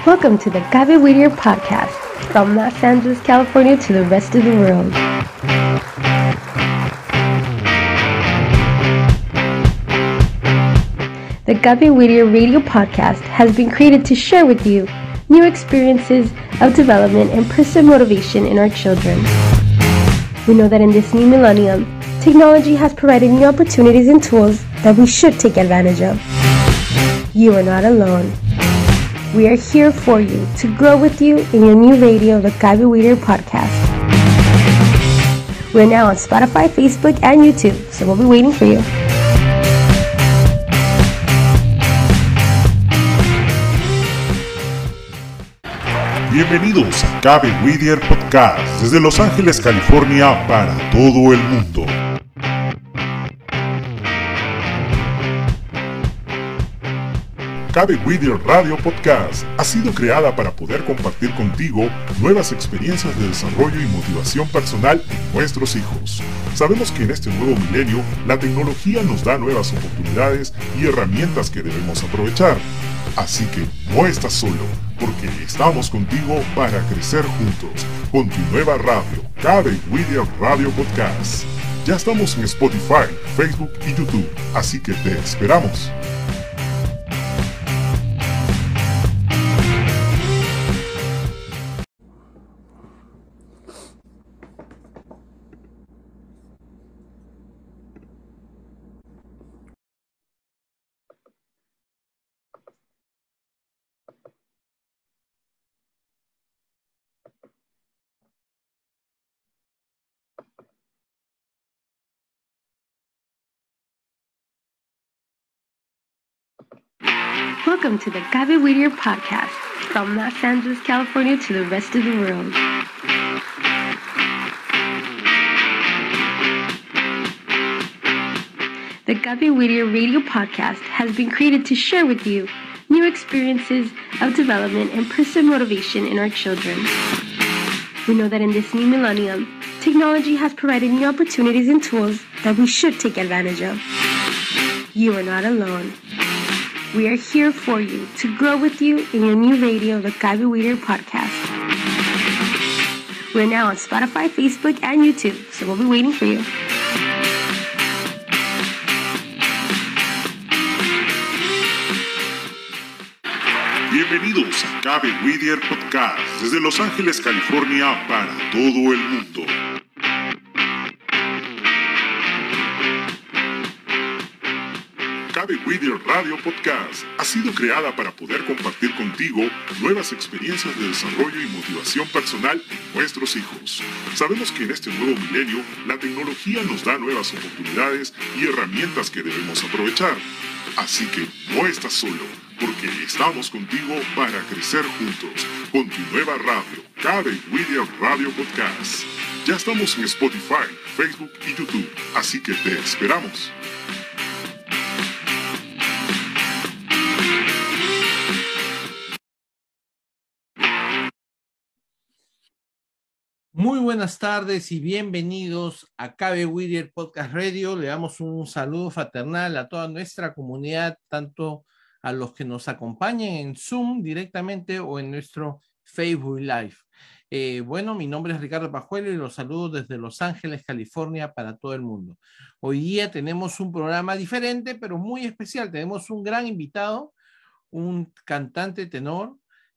Welcome to the Gaby Whittier podcast, from Los Angeles, California to the rest of the world. The Gaby Whittier radio podcast has been created to share with you new experiences of development and personal motivation in our children. We know that in this new millennium, technology has provided new opportunities and tools that we should take advantage of. You are not alone. We are here for you to grow with you in your new radio, the Gaby Whittier podcast. We're now on Spotify, Facebook, and YouTube, so we'll be waiting for you. Bienvenidos a Gaby Whittier Podcast desde Los Ángeles, California para todo el mundo. Gaby Whittier Radio Podcast ha sido creada para poder compartir contigo nuevas experiencias de desarrollo y motivación personal en nuestros hijos. Sabemos que en este nuevo milenio la tecnología nos da nuevas oportunidades y herramientas que debemos aprovechar. Así que no estás solo, porque estamos contigo para crecer juntos con tu nueva radio, Gaby Whittier Radio Podcast. Ya estamos en Spotify, Facebook y YouTube, así que te esperamos. Welcome to the Gaby Whittier podcast, from Los Angeles, California to the rest of the world. The Gaby Whittier radio podcast has been created to share with you new experiences of development and personal motivation in our children. We know that in this new millennium, technology has provided new opportunities and tools that we should take advantage of. You are not alone. We are here for you to grow with you in your new radio, the Gaby Whittier podcast. We're now on Spotify, Facebook, and YouTube, so we'll be waiting for you. Bienvenidos a Gaby Whittier Podcast desde Los Ángeles, California para todo el mundo. Gaby Whittier Radio Podcast ha sido creada para poder compartir contigo nuevas experiencias de desarrollo y motivación personal en nuestros hijos. Sabemos que en este nuevo milenio la tecnología nos da nuevas oportunidades y herramientas que debemos aprovechar. Así que no estás solo, porque estamos contigo para crecer juntos con tu nueva radio, Gaby Whittier Radio Podcast. Ya estamos en Spotify, Facebook y YouTube, así que te esperamos. Muy buenas tardes y bienvenidos a Gaby Whittier Podcast Radio. Le damos un saludo fraternal a toda nuestra comunidad, tanto a los que nos acompañan en Zoom directamente o en nuestro Facebook Live. Mi nombre es Ricardo Pajuelo y los saludo desde Los Ángeles, California, para todo el mundo. Hoy día tenemos un programa diferente, pero muy especial. Tenemos un gran invitado, un cantante tenor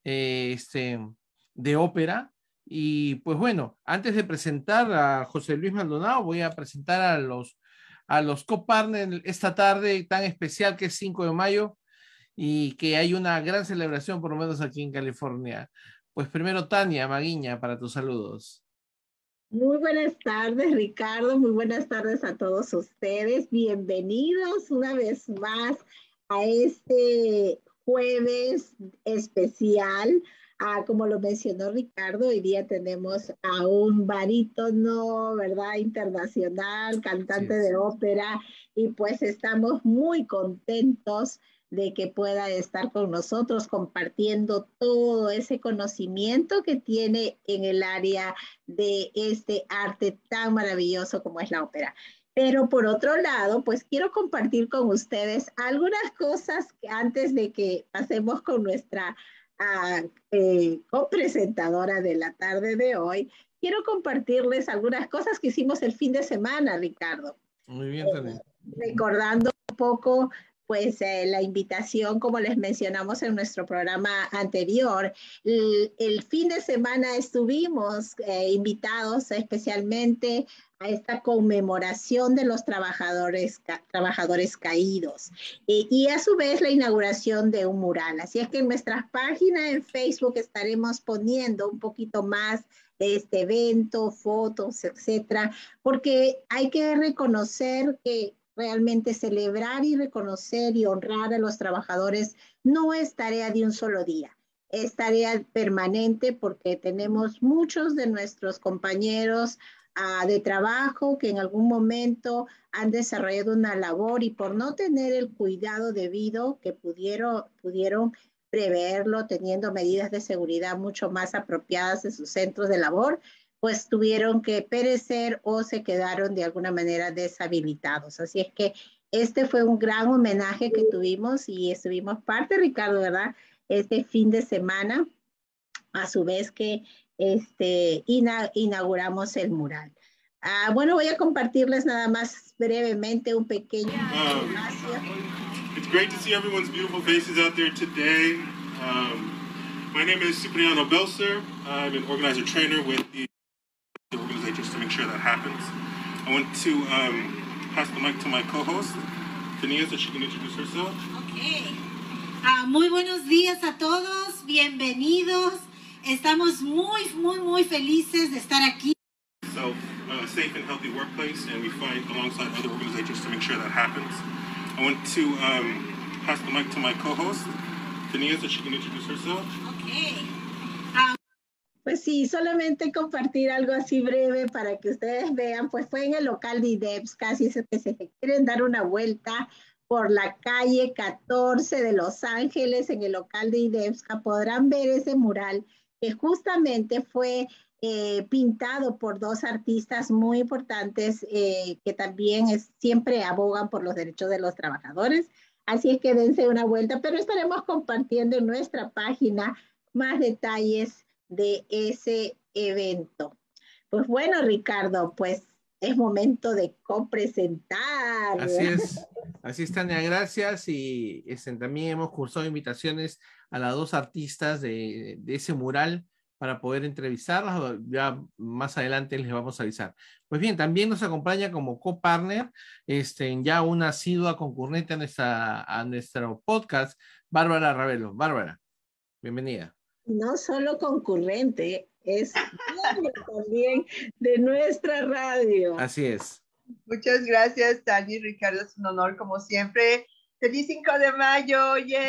de ópera. Y pues bueno, antes de presentar a José Luis Maldonado, voy a presentar a los co-partners esta tarde tan especial que es 5 de mayo y que hay una gran celebración, por lo menos aquí en California. Pues primero, Tania Maguiña, para tus saludos. Muy buenas tardes, Ricardo. Muy buenas tardes a todos ustedes. Bienvenidos una vez más a este jueves especial. Como lo mencionó Ricardo, hoy día tenemos a un barítono, ¿verdad? Internacional, cantante de ópera, y pues estamos muy contentos de que pueda estar con nosotros compartiendo todo ese conocimiento que tiene en el área de este arte tan maravilloso como es la ópera. Pero por otro lado, pues quiero compartir con ustedes algunas cosas que antes de que pasemos con nuestra copresentadora de la tarde de hoy, quiero compartirles algunas cosas que hicimos el fin de semana, Ricardo. Muy bien, Tania. Recordando un poco, pues, la invitación, como les mencionamos en nuestro programa anterior, el fin de semana estuvimos invitados especialmente a esta conmemoración de los trabajadores caídos y a su vez la inauguración de un mural. Así es que en nuestras páginas en Facebook estaremos poniendo un poquito más de este evento, fotos, etcétera, porque hay que reconocer que realmente celebrar y reconocer y honrar a los trabajadores no es tarea de un solo día, es tarea permanente porque tenemos muchos de nuestros compañeros de trabajo que en algún momento han desarrollado una labor y por no tener el cuidado debido que pudieron preverlo, teniendo medidas de seguridad mucho más apropiadas en sus centros de labor, pues tuvieron que perecer o se quedaron de alguna manera deshabilitados. Así es que este fue un gran homenaje que tuvimos y estuvimos parte, Ricardo, ¿verdad? Este fin de semana, a su vez que inauguramos el mural. Bueno, voy a compartirles nada más brevemente un pequeño espacio. It's great to see everyone's beautiful faces out there today. My name is Cipriano Belser. I'm an organizer trainer with the organization to make sure that happens. I want to pass the mic to my co-host, Tania, so she can introduce herself. Okay. Muy buenos días a todos, bienvenidos. Estamos muy felices de estar aquí. So, safe and healthy workplace, and we fight alongside other organizations to make sure that happens. I want to pass the mic to my co-host, Tania, so she can introduce herself. Okay. Pues sí, solamente compartir algo así breve para que ustedes vean, pues fue en el local de IDEPS, casi es que se quieren dar una vuelta por la calle 14 de Los Ángeles, en el local de IDEPS, podrán ver ese mural que justamente fue pintado por dos artistas muy importantes que también siempre abogan por los derechos de los trabajadores. Así es que dense una vuelta, pero estaremos compartiendo en nuestra página más detalles de ese evento. Pues bueno, Ricardo, pues es momento de copresentar. Así es, Tania, gracias. Y también hemos cursado invitaciones a las dos artistas de ese mural para poder entrevistarlas. Ya más adelante les vamos a avisar. Pues bien, también nos acompaña como copartner, ya una asidua concurrente a nuestro podcast, Bárbara Ravelo. Bárbara, bienvenida. No solo concurrente, es miembro también de nuestra radio. Así es. Muchas gracias, Tani y Ricardo, es un honor como siempre. ¡Feliz 5 de mayo! ¡Yeah!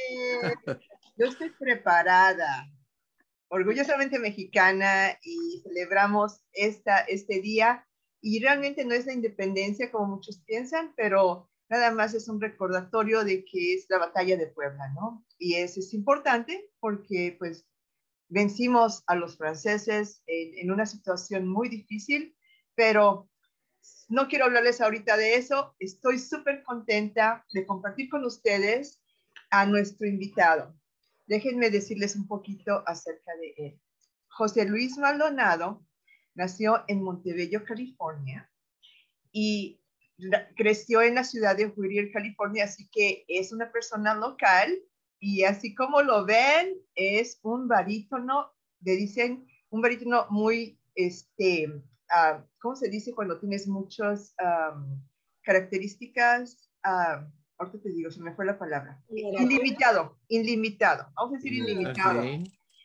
Yo estoy preparada, orgullosamente mexicana, y celebramos este día, y realmente no es la independencia como muchos piensan, pero nada más es un recordatorio de que es la batalla de Puebla, ¿no? Y eso es importante porque pues vencimos a los franceses en una situación muy difícil, pero no quiero hablarles ahorita de eso. Estoy súper contenta de compartir con ustedes a nuestro invitado. Déjenme decirles un poquito acerca de él. José Luis Maldonado nació en Montebello, California, y creció en la ciudad de Whittier, California, así que es una persona local, y así como lo ven, es un barítono, le dicen un barítono muy, ¿cómo se dice cuando tienes muchas características? Ahorita te digo, se me fue la palabra. Ilimitado, vamos a decir ilimitado. Okay.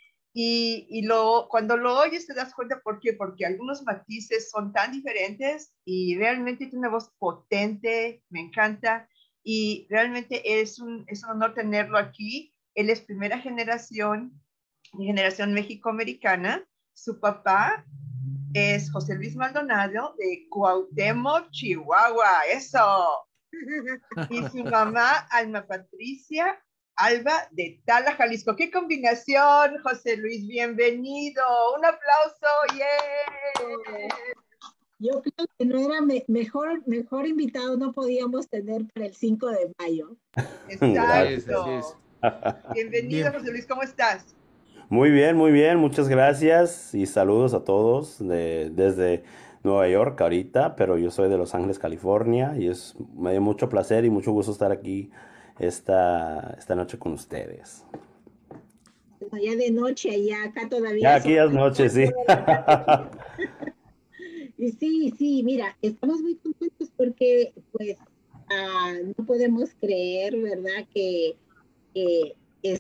Y cuando lo oyes te das cuenta por qué, porque algunos matices son tan diferentes y realmente tiene una voz potente, me encanta, y realmente es un honor tenerlo aquí. Él es primera generación mexicoamericana. Su papá es José Luis Maldonado de Cuauhtémoc, Chihuahua, eso. Y su mamá, Alma Patricia Alba de Tala, Jalisco. ¡Qué combinación, José Luis! Bienvenido. Un aplauso. ¡Yeah! Yo creo que no era mejor invitado no podíamos tener para el 5 de mayo. Exacto. Bienvenido, Bien. José Luis, ¿cómo estás? Muy bien, muchas gracias y saludos a todos desde Nueva York ahorita, pero yo soy de Los Ángeles, California y me dio mucho placer y mucho gusto estar aquí esta noche con ustedes. Bueno, ya de noche, ya acá Ya todavía son aquí es las noche, 4 sí. de la tarde. Y sí, sí, mira, estamos muy contentos porque pues no podemos creer, ¿verdad? Que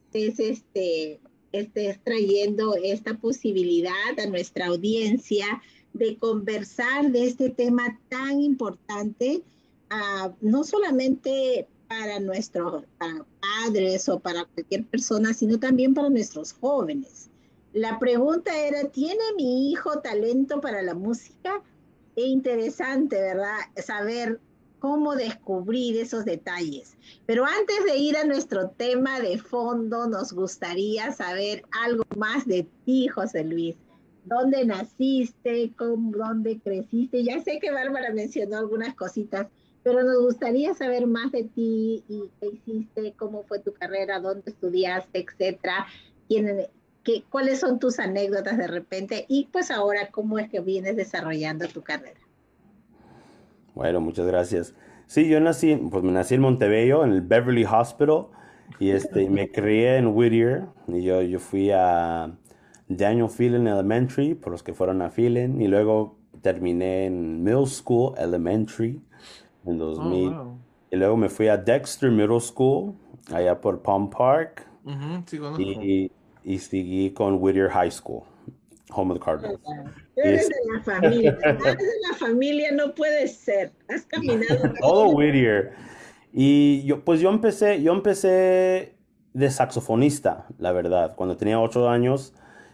estés trayendo esta posibilidad a nuestra audiencia de conversar de este tema tan importante, no solamente para nuestros para padres o para cualquier persona, sino también para nuestros jóvenes. La pregunta era, ¿tiene mi hijo talento para la música? Es interesante, ¿verdad? Saber cómo descubrir esos detalles. Pero antes de ir a nuestro tema de fondo, nos gustaría saber algo más de ti, José Luis. ¿Dónde naciste? ¿Dónde creciste? Ya sé que Bárbara mencionó algunas cositas, pero nos gustaría saber más de ti y qué hiciste, cómo fue tu carrera, dónde estudiaste, etcétera. ¿Quién, cuáles son tus anécdotas de repente? Y pues ahora, ¿cómo es que vienes desarrollando tu carrera? Bueno, muchas gracias. Sí, pues me nací en Montebello, en el Beverly Hospital, y me crié en Whittier, y yo fui a Daniel Phelan Elementary, por los que fueron a Phelan, y luego terminé en Middle School Elementary en Oh, 2000, wow. y luego me fui a Dexter Middle School, allá por Palm Park, Ujú, sí, conozco. y seguí con Whittier High School, home of the Cardinals. Tú Y eres de la familia, más de la familia no puede ser. Has caminado todo todo. Whittier. Y yo empecé de saxofonista, la verdad. Cuando tenía 8 años,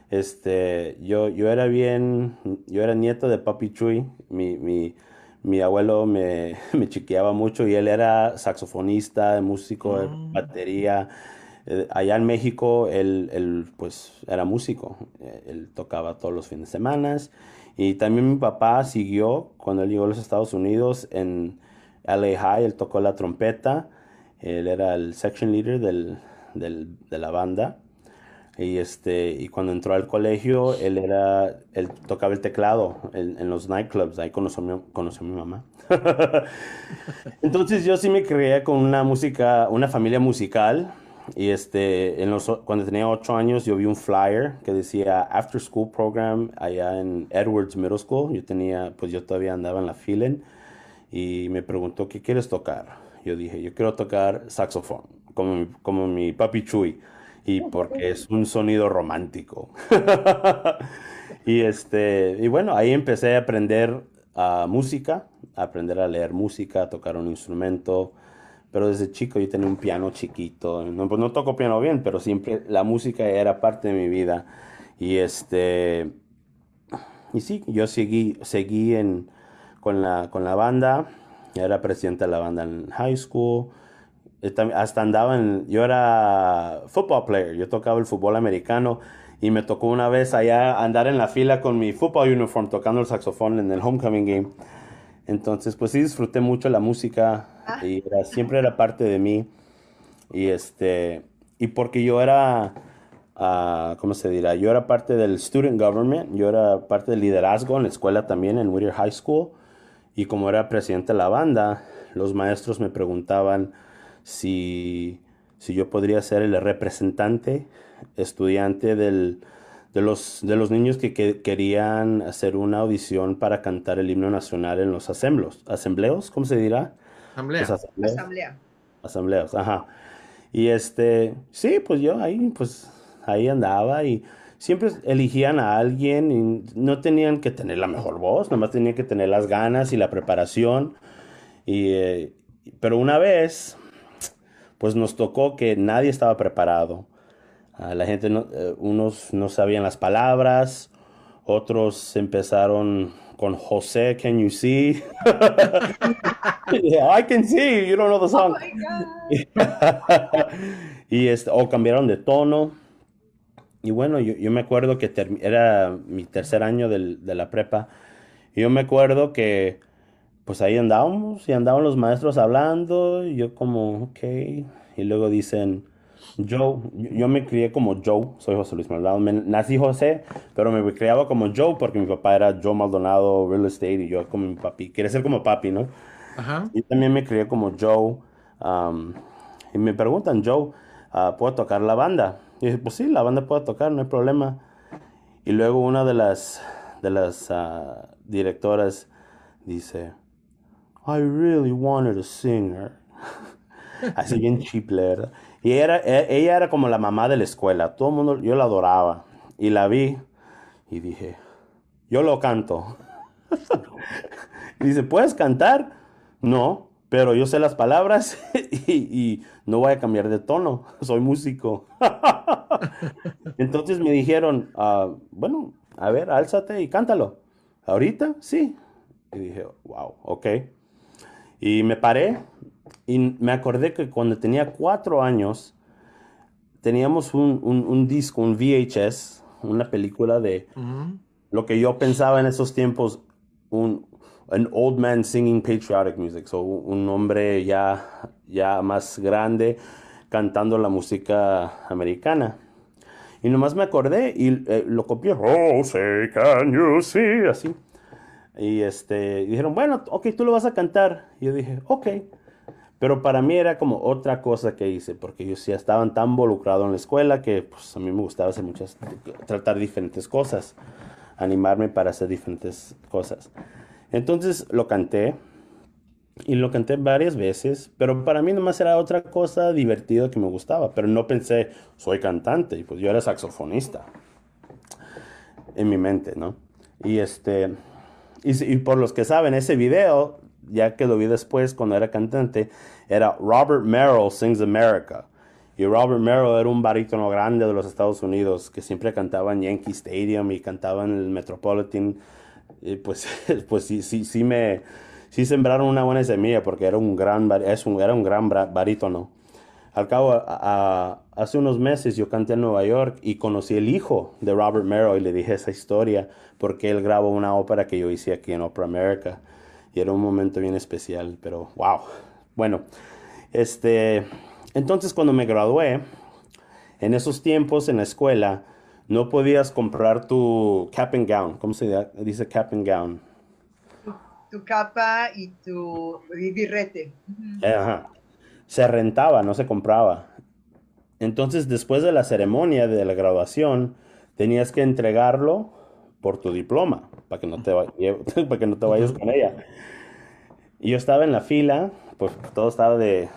yo era nieto de Papi Chuy. Mi abuelo me chiqueaba mucho y él era saxofonista, músico de Mm. batería. Allá en México, él, pues era músico. Él tocaba todos los fines de semana. Y también mi papá siguió cuando él llegó a los Estados Unidos en LA High, él tocó la trompeta, él era el section leader de la banda. Y cuando entró al colegio, él tocaba el teclado en los nightclubs, ahí conoció a mi mamá. Entonces yo sí me crié con una familia musical. Cuando tenía 8 años, yo vi un flyer que decía After School Program allá en Edwards Middle School. Pues yo todavía andaba en la Phelan y me preguntó, ¿qué quieres tocar? Yo dije, yo quiero tocar saxofón, como mi papi Chuy, y porque es un sonido romántico. Y bueno, ahí empecé a aprender música, a aprender a leer música, a tocar un instrumento. Pero desde chico yo tenía un piano chiquito. No, pues no toco piano bien, pero siempre la música era parte de mi vida. Y y sí, yo seguí con la banda. Era presidente de la banda en high school. Hasta yo era football player. Yo tocaba el fútbol americano. Y me tocó una vez allá andar en la fila con mi football uniform tocando el saxofón en el homecoming game. Entonces, pues sí disfruté mucho la música Ah, y siempre era parte de mí. Y y porque yo era, ¿cómo se dirá? Yo era parte del student government, yo era parte del liderazgo en la escuela también, en Whittier High School. Y como era presidente de la banda, los maestros me preguntaban si yo podría ser el representante estudiante de los niños que querían hacer una audición para cantar el himno nacional en los asembleos, ¿cómo se dirá? Los Asamblea. asambleos. asamblea. Asambleos, ajá. Y sí, pues yo ahí andaba y siempre elegían a alguien y no tenían que tener la mejor voz, nomás tenían que tener las ganas y la preparación. Pero una vez, pues nos tocó que nadie estaba preparado. La gente, unos no sabían las palabras, otros empezaron con José, can you see? I can see, you don't know the Oh song. my God. O cambiaron de tono. Y bueno, yo me acuerdo que era mi tercer año de la prepa. Y yo me acuerdo que pues ahí andábamos y andaban los maestros hablando. Y yo como, ok. Y luego dicen, Yo me crié como Joe, soy José Luis Maldonado. Nací José, pero me criaba como Joe porque mi papá era Joe Maldonado, real estate, y yo como mi papi. Quería ser como papi, ¿no? Ajá. Y también me crié como Joe. um, y me preguntan, Joe, ¿puedo tocar la banda? Y dije, pues sí, la banda puedo tocar, no hay problema. Y luego una de las directoras dice, I really wanted a singer. Así bien chiple, ¿verdad? Y ella era como la mamá de la escuela. Todo el mundo, yo la adoraba. Y la vi y dije, yo lo canto. Y dice, ¿puedes cantar? No, pero yo sé las palabras y no voy a cambiar de tono. Soy músico. Entonces me dijeron, bueno, a ver, álzate y cántalo. ¿Ahorita? Sí. Y dije, wow, ok. Y me paré y me acordé que cuando tenía 4 años teníamos un disco, un VHS, una película de Ujú. lo que yo pensaba en esos tiempos, an old man singing patriotic music, so un hombre ya más grande cantando la música americana. Y nomás me acordé y lo copié, oh, say, can you see, así. Y dijeron, bueno, ok, tú lo vas a cantar. Y yo dije, ok. Pero para mí era como otra cosa que hice, porque yo ya estaban tan involucrado en la escuela que pues, a mí me gustaba hacer tratar diferentes cosas, animarme para hacer diferentes cosas. Entonces lo canté y lo canté varias veces, pero para mí nomás era otra cosa divertida que me gustaba, pero no pensé, soy cantante, y pues yo era saxofonista en mi mente, ¿no? Y por los que saben, ese video, ya que lo vi después cuando era cantante, era Robert Merrill Sings America. Y Robert Merrill era un barítono grande de los Estados Unidos que siempre cantaba en Yankee Stadium y cantaba en el Metropolitan. Y pues, pues sí sembraron una buena semilla porque era era un gran barítono. Al cabo, hace unos meses yo canté en Nueva York y conocí el hijo de Robert Merrill y le dije esa historia porque él grabó una ópera que yo hice aquí en Opera America y era un momento bien especial, pero wow. Bueno, entonces cuando me gradué, en esos tiempos en la escuela, no podías comprar tu cap and gown. ¿Cómo se dice cap and gown? Tu capa y tu birrete. Ajá. Se rentaba, no se compraba. Entonces, después de la ceremonia de la graduación, tenías que entregarlo por tu diploma, para que no para que no te vayas Ujú. con ella. Y yo estaba en la fila, pues todo estaba de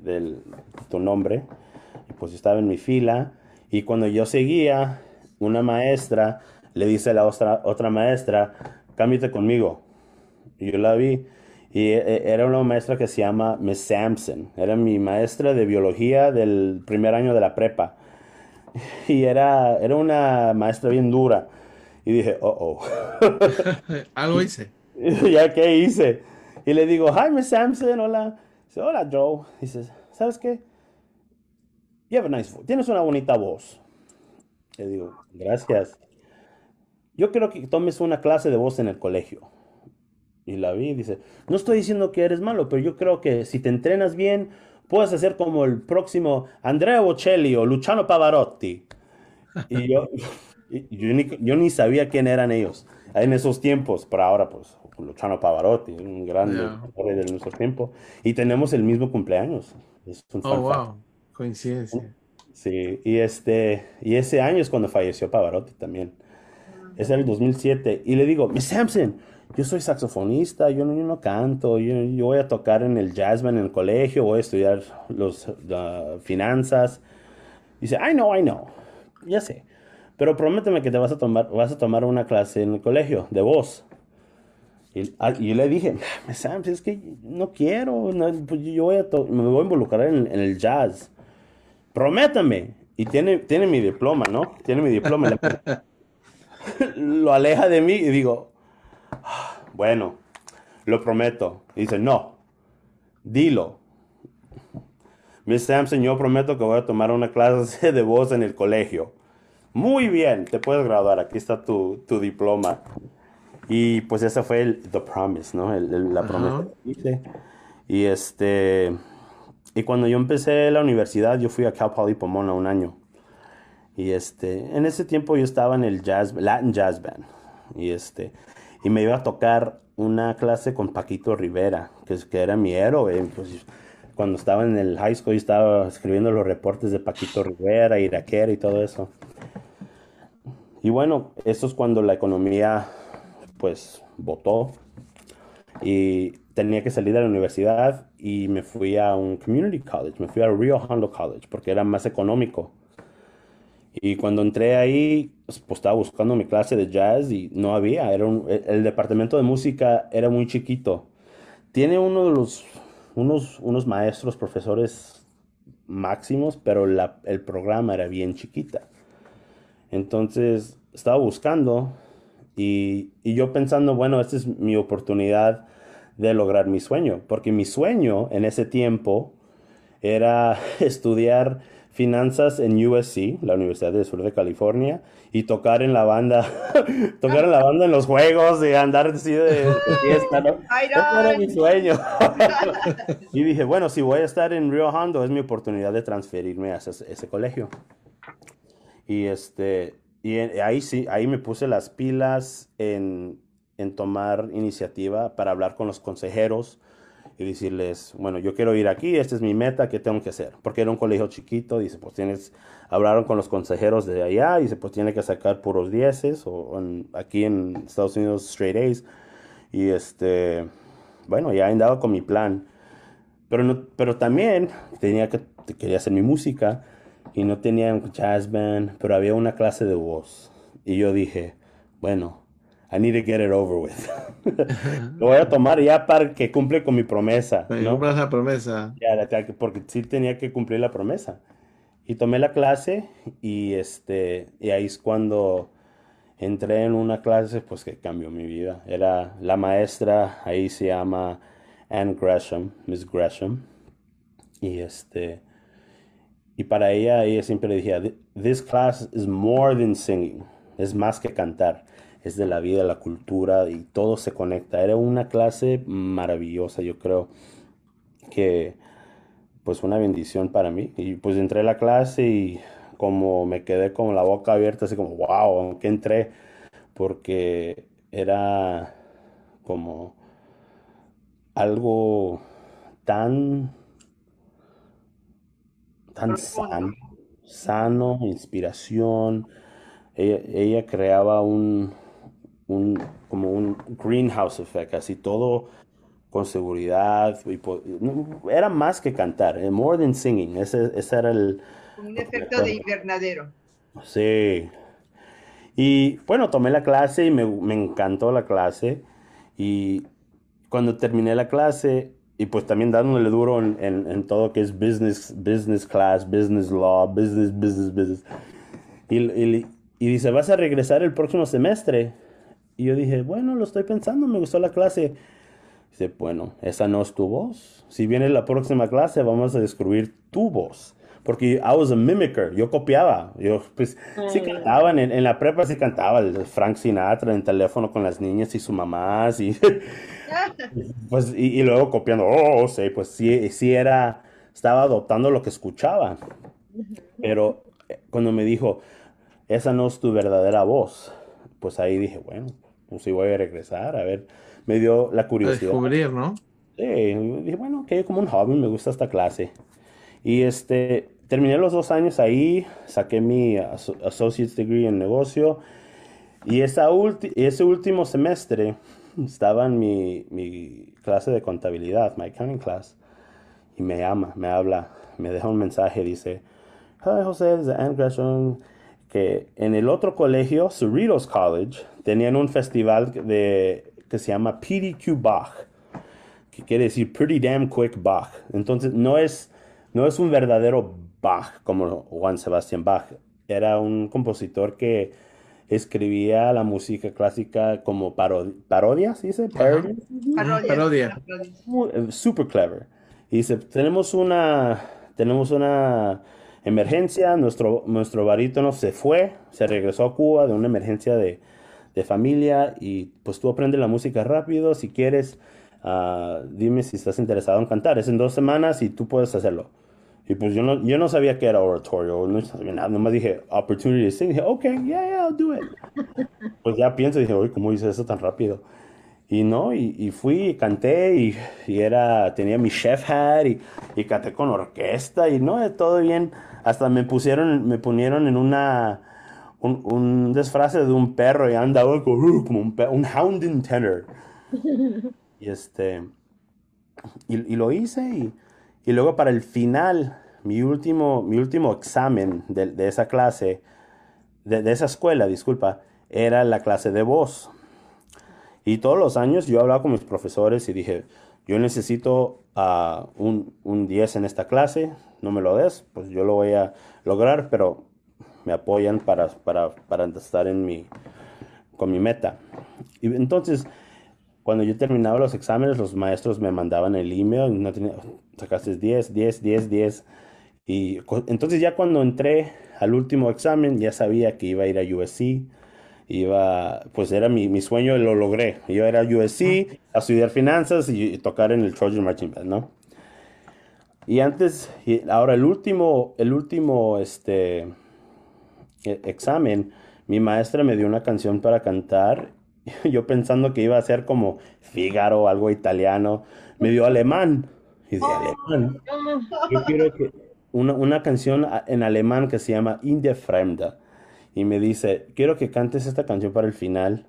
tu nombre, y pues yo estaba en mi fila, y cuando yo seguía, una maestra le dice a la otra maestra, cámbiate conmigo. Y yo la vi, y era una maestra que se llama Miss Sampson, era mi maestra de biología del primer año de la prepa, y era una maestra bien dura. Y dije, oh, Algo hice. ¿Ya qué hice? Y le digo, hi, Miss Sampson, hola. Dice, hola, Joe. Dice, ¿sabes qué? You have a nice voice. Tienes una bonita voz. Le digo, gracias. Yo quiero que tomes una clase de voz en el colegio. Y la vi y dice, no estoy diciendo que eres malo, pero yo creo que si te entrenas bien, puedes hacer como el próximo Andrea Bocelli o Luciano Pavarotti. Y yo ni sabía quién eran ellos en esos tiempos, pero ahora pues Luciano Pavarotti, un grande Ya. de nuestro tiempo, y tenemos el mismo cumpleaños. Es un Oh, fun fact. wow. Coincidencia. Sí, y ese año es cuando falleció Pavarotti también. Es el 2007. Y le digo, Miss Sampson, yo soy saxofonista, yo no canto, yo voy a tocar en el jazz band en el colegio, voy a estudiar finanzas. Dice, I know, ya sé. Pero prométeme que vas a tomar una clase en el colegio de voz. Y yo le dije, Sam, es que no quiero, no, pues me voy a involucrar en el jazz. Prométame. Y tiene mi diploma, ¿no? Tiene mi diploma. Lo aleja de mí y digo, bueno, lo prometo. Y dice, no, dilo. Miss Sampson, yo prometo que voy a tomar una clase de voz en el colegio. Muy bien, te puedes graduar. Aquí está tu diploma. Y pues esa fue The Promise, ¿no? La promesa Ajá. que hice. Y Y cuando yo empecé la universidad, yo fui a Cal Poly Pomona un año. Y en ese tiempo yo estaba en el Latin Jazz Band. Y me iba a tocar una clase con Paquito Rivera, que era mi héroe. Pues, cuando estaba en el high school, yo estaba escribiendo los reportes de Paquito Rivera, Iraquera y todo eso. Y bueno, eso es cuando la economía, pues, botó. Y tenía que salir de la universidad y me fui a un community college. Me fui a Rio Hondo College porque era más económico. Y cuando entré ahí, pues estaba buscando mi clase de jazz y no había. El departamento de música era muy chiquito. Tiene unos maestros, profesores máximos, pero el programa era bien chiquita. Entonces estaba buscando y yo pensando, bueno, esta es mi oportunidad de lograr mi sueño. Porque mi sueño en ese tiempo era estudiar finanzas en USC, la Universidad del Sur de California, y tocar en la banda, tocar en la banda en los juegos y andar así de fiesta, ¿no? Ese era mi sueño. Y dije, bueno, si voy a estar en Rio Hondo, es mi oportunidad de transferirme a ese colegio. Y ahí sí, ahí me puse las pilas en tomar iniciativa para hablar con los consejeros y decirles, bueno, yo quiero ir aquí, esta es mi meta, ¿qué tengo que hacer? Porque era un colegio chiquito, dice, pues hablaron con los consejeros de allá, y dice, pues tiene que sacar puros dieces, aquí en Estados Unidos, straight A's, y bueno, ya andaba con mi plan, pero también quería hacer mi música, y no tenía un jazz band, pero había una clase de voz, y yo dije, bueno, I need to get it over with. Lo voy a tomar ya para que cumple con mi promesa, ¿no? Cumplas la promesa. Ya, porque sí tenía que cumplir la promesa. Y tomé la clase y ahí es cuando entré en una clase pues que cambió mi vida. Era la maestra, ahí se llama Ann Gresham, Miss Gresham. Y para ella siempre decía, this class is more than singing. Es más que cantar. Es de la vida, la cultura y todo se conecta. Era una clase maravillosa, yo creo que pues una bendición para mí. Y pues entré a la clase y como me quedé con la boca abierta, así como, wow, aunque entré, porque era como algo tan sano, inspiración. Ella creaba como un greenhouse effect, así todo con seguridad. Era más que cantar, more than singing. Ese era Un efecto de invernadero. Sí. Y bueno, tomé la clase y me encantó la clase. Y cuando terminé la clase, y pues también dándole duro en todo que es business class, business law, business. Y dice, ¿vas a regresar el próximo semestre? Y yo dije, bueno, lo estoy pensando, me gustó la clase. Dice, bueno, esa no es tu voz. Si viene la próxima clase, vamos a descubrir tu voz. Porque I was a mimicker, yo copiaba. Yo, pues, sí cantaba, en la prepa sí cantaba el Frank Sinatra en teléfono con las niñas y sus mamás. Y, pues, y luego copiando, sí, pues sí estaba adoptando lo que escuchaba. Pero cuando me dijo, esa no es tu verdadera voz, pues ahí dije, bueno, pues sí voy a regresar, a ver, me dio la A curiosidad. descubrir, ¿no? Sí, dije, bueno, que como un hobby, me gusta esta clase. Y terminé los 2 años ahí, saqué mi Associate's Degree en negocio, y ese último semestre estaba en mi clase de contabilidad, my accounting class, y me habla, me deja un mensaje, dice, hi José, desde Ann Gresham, que en el otro colegio, Cerritos College, tenían un festival que se llama PDQ Bach, que quiere decir Pretty Damn Quick Bach. Entonces no es un verdadero Bach como Juan Sebastián Bach. Era un compositor que escribía la música clásica como parodia, ¿sí dice? Parody. Parodia. Super clever. Y dice, tenemos una emergencia, nuestro barítono se regresó a Cuba de una emergencia de familia, y pues tú aprendes la música rápido, si quieres, Dime si estás interesado en cantar. Es en 2 semanas y tú puedes hacerlo. Y pues yo no sabía que era oratorio, no sabía nada, nomás dije, opportunity to sing. Dije, ok, yeah, I'll do it. Pues ya pienso, dije, oye, ¿cómo hice eso tan rápido? Y no, y fui, y canté, tenía mi chef hat, y canté con orquesta, y no, todo bien. Hasta me ponieron en un disfraz de un perro, y andaba como un hounding tenor. Y y lo hice, y luego para el final, mi último examen de esa clase, de esa escuela, disculpa, era la clase de voz. Y todos los años yo hablaba con mis profesores y dije, yo necesito un 10 en esta clase, no me lo des, pues yo lo voy a lograr, pero me apoyan para estar con mi meta. Y entonces, cuando yo terminaba los exámenes, los maestros me mandaban el email, sacaste 10, 10, 10, 10. Y entonces ya cuando entré al último examen, ya sabía que iba a ir a USC. Pues era mi sueño y lo logré. Iba a ir a USC a estudiar finanzas y tocar en el Trojan Marching Band, ¿no? Ahora el último examen, mi maestra me dio una canción para cantar. Yo pensando que iba a ser como Fígaro o algo italiano, me dio alemán. Y dije, alemán. Yo quiero que una canción en alemán que se llama In der Fremde. Y me dice, quiero que cantes esta canción para el final.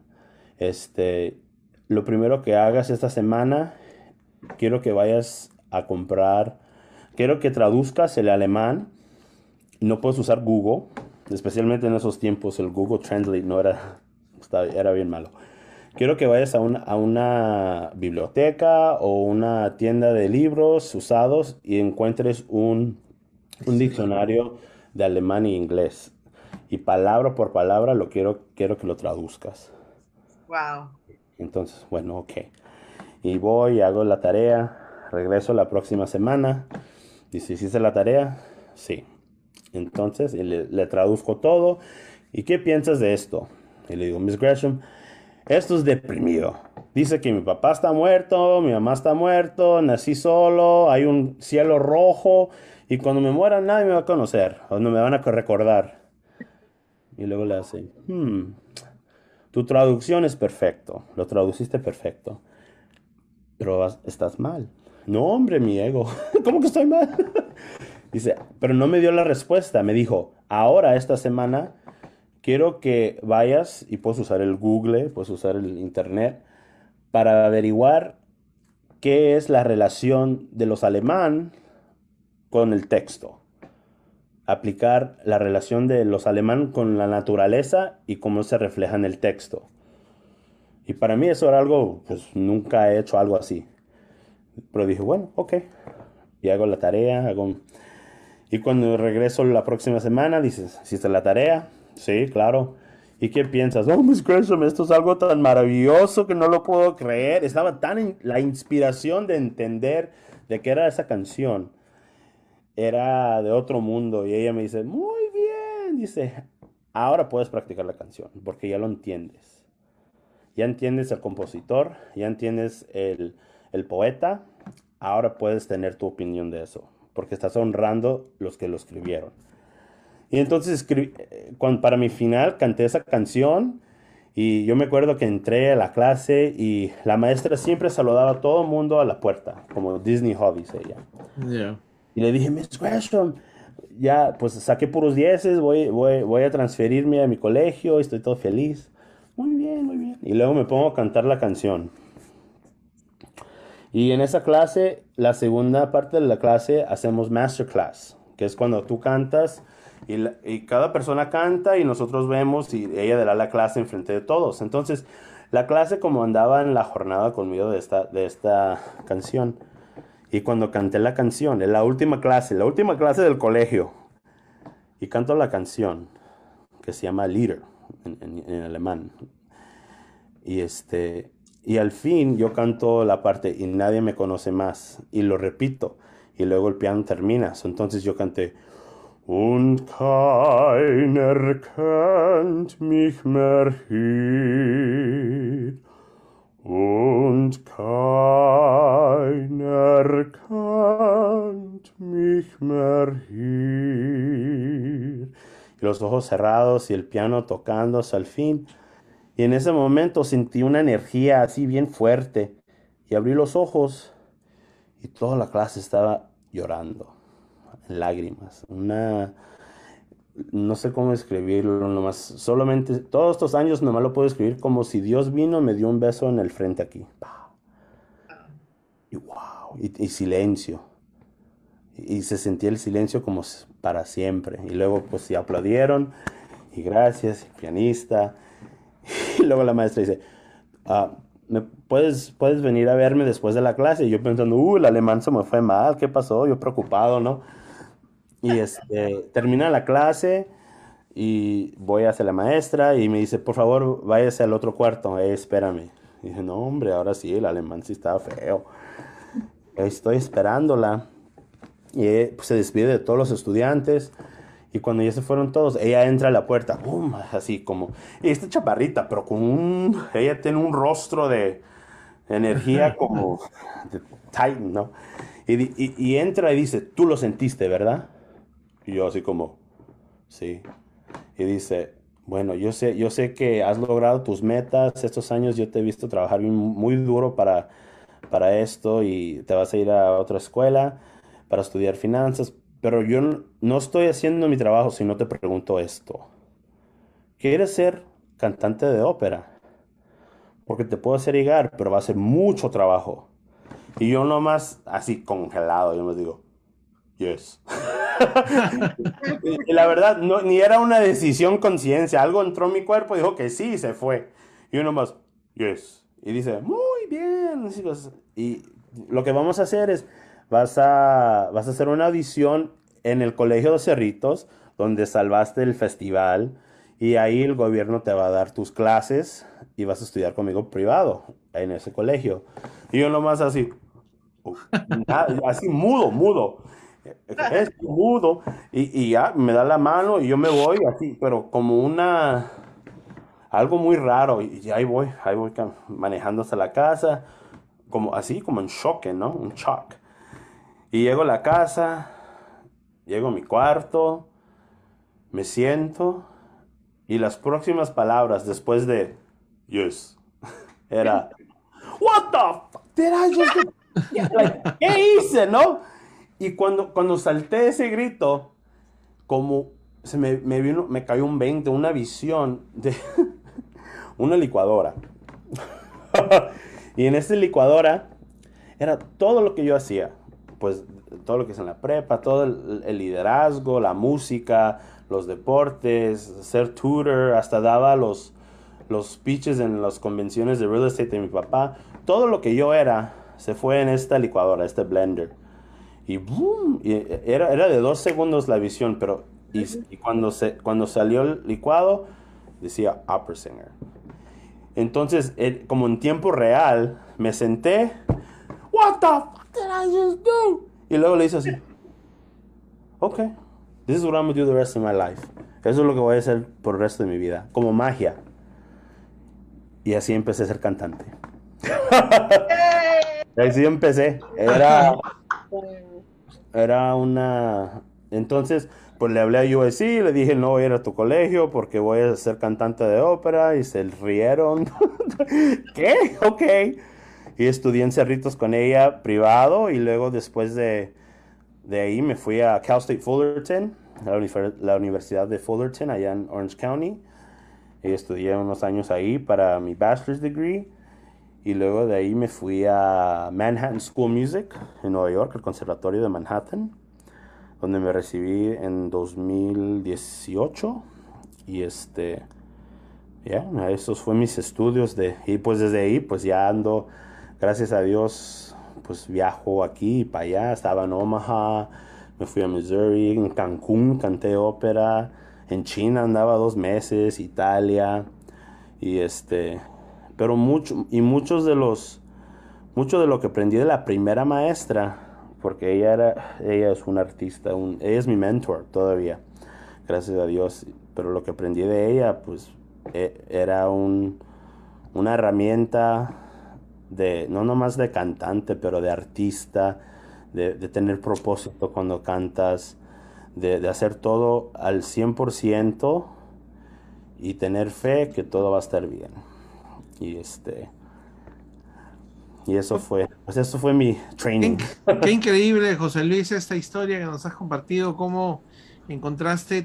Lo primero que hagas esta semana, quiero que vayas a quiero que traduzcas el alemán. No puedes usar Google, especialmente en esos tiempos el Google Translate era bien malo. Quiero que vayas a una biblioteca o una tienda de libros usados y encuentres un diccionario de alemán e inglés. Y palabra por palabra quiero que lo traduzcas. Wow. Entonces, bueno, ok. Y voy, hago la tarea, regreso la próxima semana. Dice, ¿hiciste la tarea? Sí. Entonces, le traduzco todo. ¿Y qué piensas de esto? Y le digo, Miss Gresham, esto es deprimido. Dice que mi papá está muerto, mi mamá está muerto, nací solo, hay un cielo rojo y cuando me muera nadie me va a conocer o no me van a recordar. Y luego le hace, tu traducción es perfecto, lo traduciste perfecto, pero estás mal. No, hombre, mi ego, ¿cómo que estoy mal? Dice, pero no me dio la respuesta, me dijo, ahora esta semana quiero que vayas y puedes usar el Google, puedes usar el Internet para averiguar qué es la relación de los alemán con el texto. Aplicar la relación de los alemán con la naturaleza y cómo se refleja en el texto. Y para mí eso era algo, pues nunca he hecho algo así. Pero dije, bueno, ok. Y hago la tarea, Y cuando regreso la próxima semana, dices, ¿hiciste la tarea? Sí, claro. ¿Y qué piensas? Oh, Miss Gresham, esto es algo tan maravilloso que no lo puedo creer. Estaba la inspiración de entender de qué era esa canción. Era de otro mundo. Y ella me dice, muy bien. Dice, ahora puedes practicar la canción porque ya lo entiendes. Ya entiendes el compositor, ya entiendes el poeta. Ahora puedes tener tu opinión de eso porque estás honrando los que lo escribieron. Y entonces para mi final canté esa canción y yo me acuerdo que entré a la clase y la maestra siempre saludaba a todo el mundo a la puerta, como Disney Hobbies ella. Yeah. Y le dije, Miss Gresham, ya pues saqué puros 10, voy a transferirme a mi colegio, estoy todo feliz. Muy bien, muy bien. Y luego me pongo a cantar la canción. Y en esa clase, la segunda parte de la clase, hacemos masterclass, que es cuando tú cantas y cada persona canta y nosotros vemos y ella dará la clase enfrente de todos. Entonces, la clase como andaba en la jornada conmigo de esta canción. Y cuando canté la canción, en la última clase del colegio, y canto la canción, que se llama Lieder, en alemán. Y al fin yo canto la parte, y nadie me conoce más, y lo repito, y luego el piano termina. Entonces yo canté, Und keiner kennt mich mehr hier, und keiner erkannt mich mehr hier. Y los ojos cerrados y el piano tocando hasta el fin. Y en ese momento sentí una energía así bien fuerte. Y abrí los ojos y toda la clase estaba llorando, en lágrimas. No sé cómo escribirlo, nomás, solamente, todos estos años nomás lo puedo escribir como si Dios vino y me dio un beso en el frente aquí. Y wow, y silencio. Y se sentía el silencio como para siempre. Y luego pues sí aplaudieron, y gracias, y pianista. Y luego la maestra dice, ¿puedes venir a verme después de la clase? Y yo pensando, el alemán se me fue mal, ¿qué pasó? Yo preocupado, ¿no? Y termina la clase y voy hacia la maestra y me dice, por favor, váyase al otro cuarto, espérame. Y dije, no, hombre, ahora sí, el alemán sí estaba feo. Estoy esperándola y pues, se despide de todos los estudiantes. Y cuando ya se fueron todos, ella entra a la puerta, ¡pum! Así como, y esta chaparrita, pero ella tiene un rostro de energía como de Titan, ¿no? Y entra y dice, tú lo sentiste, ¿verdad? Y yo así como, sí. Y dice, bueno, yo sé que has logrado tus metas, estos años yo te he visto trabajar muy duro para esto y te vas a ir a otra escuela para estudiar finanzas, pero yo no estoy haciendo mi trabajo si no te pregunto esto. ¿Quieres ser cantante de ópera? Porque te puedo hacer llegar, pero va a ser mucho trabajo. Y yo nomás, así congelado, yo me digo, yes. Y la verdad, ni era una decisión conciencia. Algo entró en mi cuerpo y dijo que sí, y se fue. Y yo nomás, yes. Y dice, muy bien. Y lo que vamos a hacer es, vas a hacer una audición en el Colegio de Cerritos, donde salvaste el festival. Y ahí el gobierno te va a dar tus clases y vas a estudiar conmigo privado en ese colegio. Y yo nomás así, así mudo. Es mudo. Y ya me da la mano y yo me voy así, pero como algo muy raro. Y ahí voy manejando hasta la casa, así como en shock, ¿no? Un shock. Y llego a la casa, llego a mi cuarto, me siento. Y las próximas palabras después de yes era What the fuck did I just do? Like, ¿qué hice, no? Y cuando salté ese grito, como me cayó un 20, una visión de una licuadora. Y en esa licuadora era todo lo que yo hacía, pues todo lo que es en la prepa, todo el liderazgo, la música, los deportes, ser tutor, hasta daba los speeches en las convenciones de real estate de mi papá. Todo lo que yo era se fue en esta licuadora, este blender. Y boom, y era de 2 segundos la visión, pero y cuando salió el licuado, decía opera singer. Entonces, como en tiempo real, me senté, what the fuck did I just do? Y luego le hice así, okay. This is what I'm going to do the rest of my life. Eso es lo que voy a hacer por el resto de mi vida. Como magia. Y así empecé a ser cantante. Así empecé. Era una... Entonces, pues le hablé a USC, le dije no voy a ir a tu colegio porque voy a ser cantante de ópera. Y se rieron. ¿Qué? Ok. Y estudié en Cerritos con ella privado. Y luego después de ahí me fui a Cal State Fullerton, la Universidad de Fullerton, allá en Orange County. Y estudié unos años ahí para mi bachelor's degree. Y luego de ahí me fui a Manhattan School of Music en Nueva York, el Conservatorio de Manhattan, donde me recibí en 2018. Y esos fueron mis estudios. Y pues desde ahí, pues ya ando, gracias a Dios, pues viajo aquí y para allá. Estaba en Omaha, me fui a Missouri, en Cancún canté ópera, en China andaba 2 meses, Italia, y pero mucho de lo que aprendí de la primera maestra, porque ella es una artista, ella es mi mentor todavía, gracias a Dios, pero lo que aprendí de ella, pues, era una herramienta no nomás de cantante, pero de artista, de tener propósito cuando cantas, de hacer todo al 100% y tener fe que todo va a estar bien. Y eso fue mi training. Qué increíble, José Luis, esta historia que nos has compartido, cómo encontraste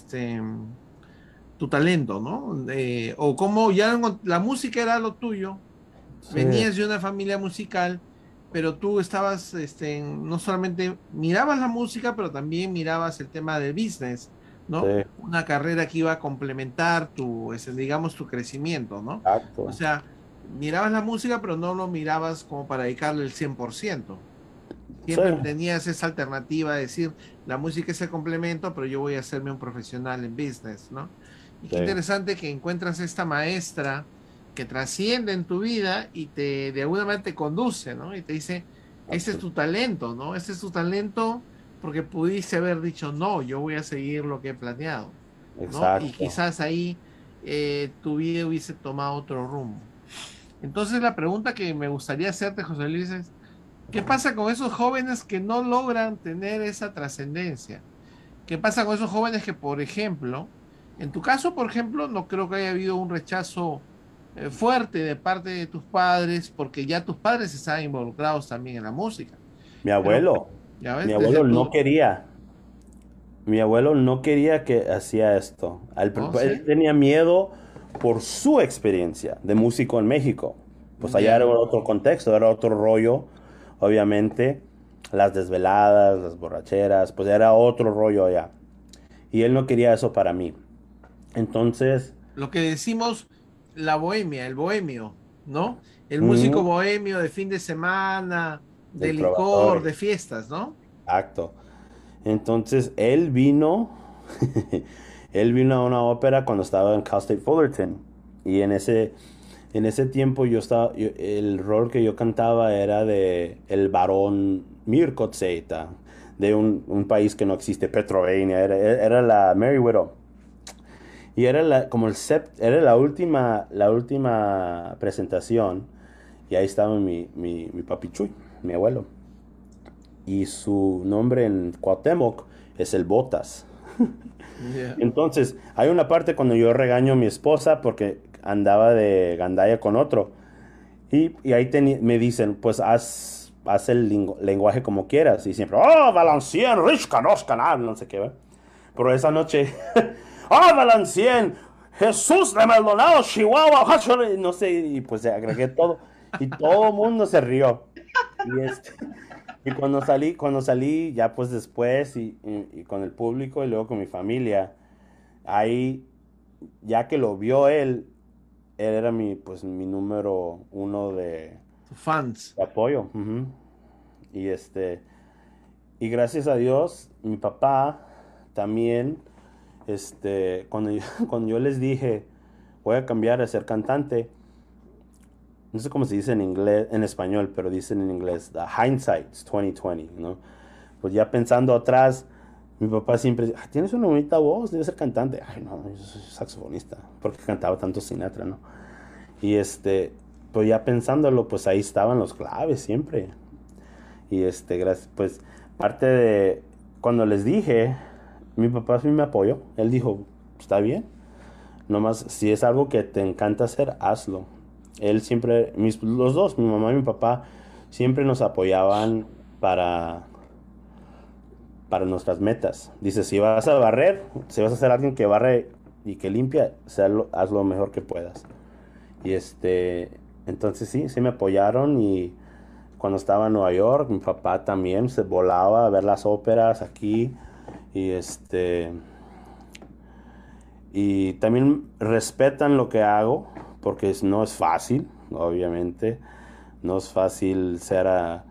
tu talento, ¿no? O cómo ya la música era lo tuyo, Sí, venías de una familia musical, pero tú estabas, no solamente mirabas la música, pero también mirabas el tema del business, ¿no? sí, Una carrera que iba a complementar digamos, tu crecimiento, ¿no? O exacto. sea, mirabas la música, pero no lo mirabas como para dedicarle el 100%. Sí, Siempre tenías esa alternativa de decir, la música es el complemento, pero yo voy a hacerme un profesional en business, ¿no? Y qué sí, interesante que encuentras esta maestra que trasciende en tu vida y de alguna manera te conduce, ¿no? Y te dice, ese es tu talento, ¿no? Ese es tu talento porque pudiste haber dicho, no, yo voy a seguir lo que he planeado, ¿no? Y exacto. quizás ahí tu vida hubiese tomado otro rumbo. Entonces la pregunta que me gustaría hacerte, José Luis, es, ¿qué pasa con esos jóvenes que no logran tener esa trascendencia? ¿Qué pasa con esos jóvenes que, por ejemplo, en tu caso, por ejemplo, no creo que haya habido un rechazo fuerte de parte de tus padres, porque ya tus padres estaban involucrados también en la música? Mi Pero, abuelo, ya ves, mi desde abuelo no tu... quería. Mi abuelo no quería que hacía esto. ¿Oh, Él sí? tenía miedo por su experiencia de músico en México. Pues allá era Ya, otro contexto, era otro rollo, obviamente. Las desveladas, las borracheras, pues era otro rollo allá. Y él no quería eso para mí. Entonces, lo que decimos la bohemia, el bohemio, ¿no? El músico mm, bohemio de fin de semana, de el licor, trovador, de fiestas, ¿no? acto. Entonces él vino, él vino a una ópera cuando estaba en Cal State Fullerton. Y en ese tiempo el rol que yo cantaba era de el barón Mirko Tseita, de un país que no existe, Petrovenia, era la Merry Widow. Y era era la última presentación. Y ahí estaba mi papi Chuy, mi abuelo. Y su nombre en Cuauhtémoc es el Botas. Ya. Entonces, hay una parte cuando yo regaño a mi esposa porque andaba de gandalla con otro. Y ahí me dicen, pues haz el lenguaje como quieras. Y siempre, oh, Valencien, Rishka, Canal, no sé qué, ¿ve? Pero esa noche, oh, Valencien, Jesús de Maldonado, Chihuahua, no sé, y pues agregué todo. Y todo el mundo se rió. Y y cuando salí ya pues después y con el público y luego con mi familia, ahí ya que lo vio él era mi número uno Fans. de apoyo. Ujú. Y y gracias a Dios, mi papá también, cuando yo les dije, voy a cambiar a ser cantante, no sé cómo se dice en inglés, en español, pero dicen en inglés, the hindsight's 2020, ¿no? Pues ya pensando atrás, mi papá siempre dice, tienes una bonita voz, debes ser cantante. Ay, no, yo soy saxofonista, porque cantaba tanto Sinatra, ¿no? Y pues ya pensándolo, pues ahí estaban los claves siempre. Y gracias, pues parte de, cuando les dije, mi papá sí me apoyó. Él dijo, está bien, nomás si es algo que te encanta hacer, hazlo. Él siempre, los dos, mi mamá y mi papá, siempre nos apoyaban para nuestras metas. Dice, si vas a barrer, si vas a ser alguien que barre y que limpia, haz lo mejor que puedas. Y entonces sí me apoyaron. Y cuando estaba en Nueva York, mi papá también se volaba a ver las óperas aquí. Y y también respetan lo que hago, porque no es fácil, obviamente. No es fácil ser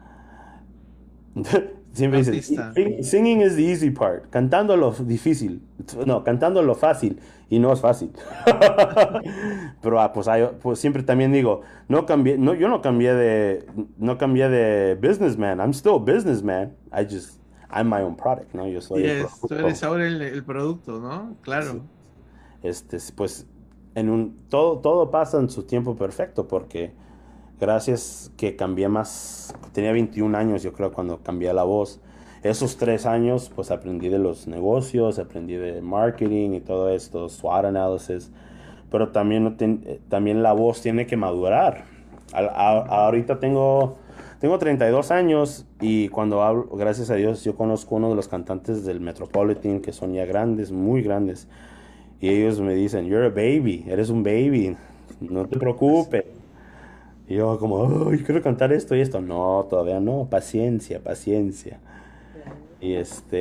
siempre dicen, Artista. Singing is the easy part. Cantando lo difícil. No, cantando lo fácil. Y no es fácil. Pero pues siempre también digo, yo no cambié de businessman. I'm still a businessman. I'm my own product, ¿no? Yo soy el Yes, tú eres producto. ahora el producto, ¿no? Sí. Claro. Pues todo pasa en su tiempo perfecto, porque gracias que cambié más, tenía 21 años yo creo cuando cambié la voz. Esos 3 años pues aprendí de los negocios, aprendí de marketing y todo esto, SWOT analysis, pero también, también la voz tiene que madurar. Ahorita tengo 32 años y cuando hablo, gracias a Dios, yo conozco uno de los cantantes del Metropolitan que son ya grandes, muy grandes. Y ellos me dicen, you're a baby, eres un baby, no te preocupes. Y yo como, ay, quiero cantar esto y esto. No, todavía no, paciencia, paciencia. Y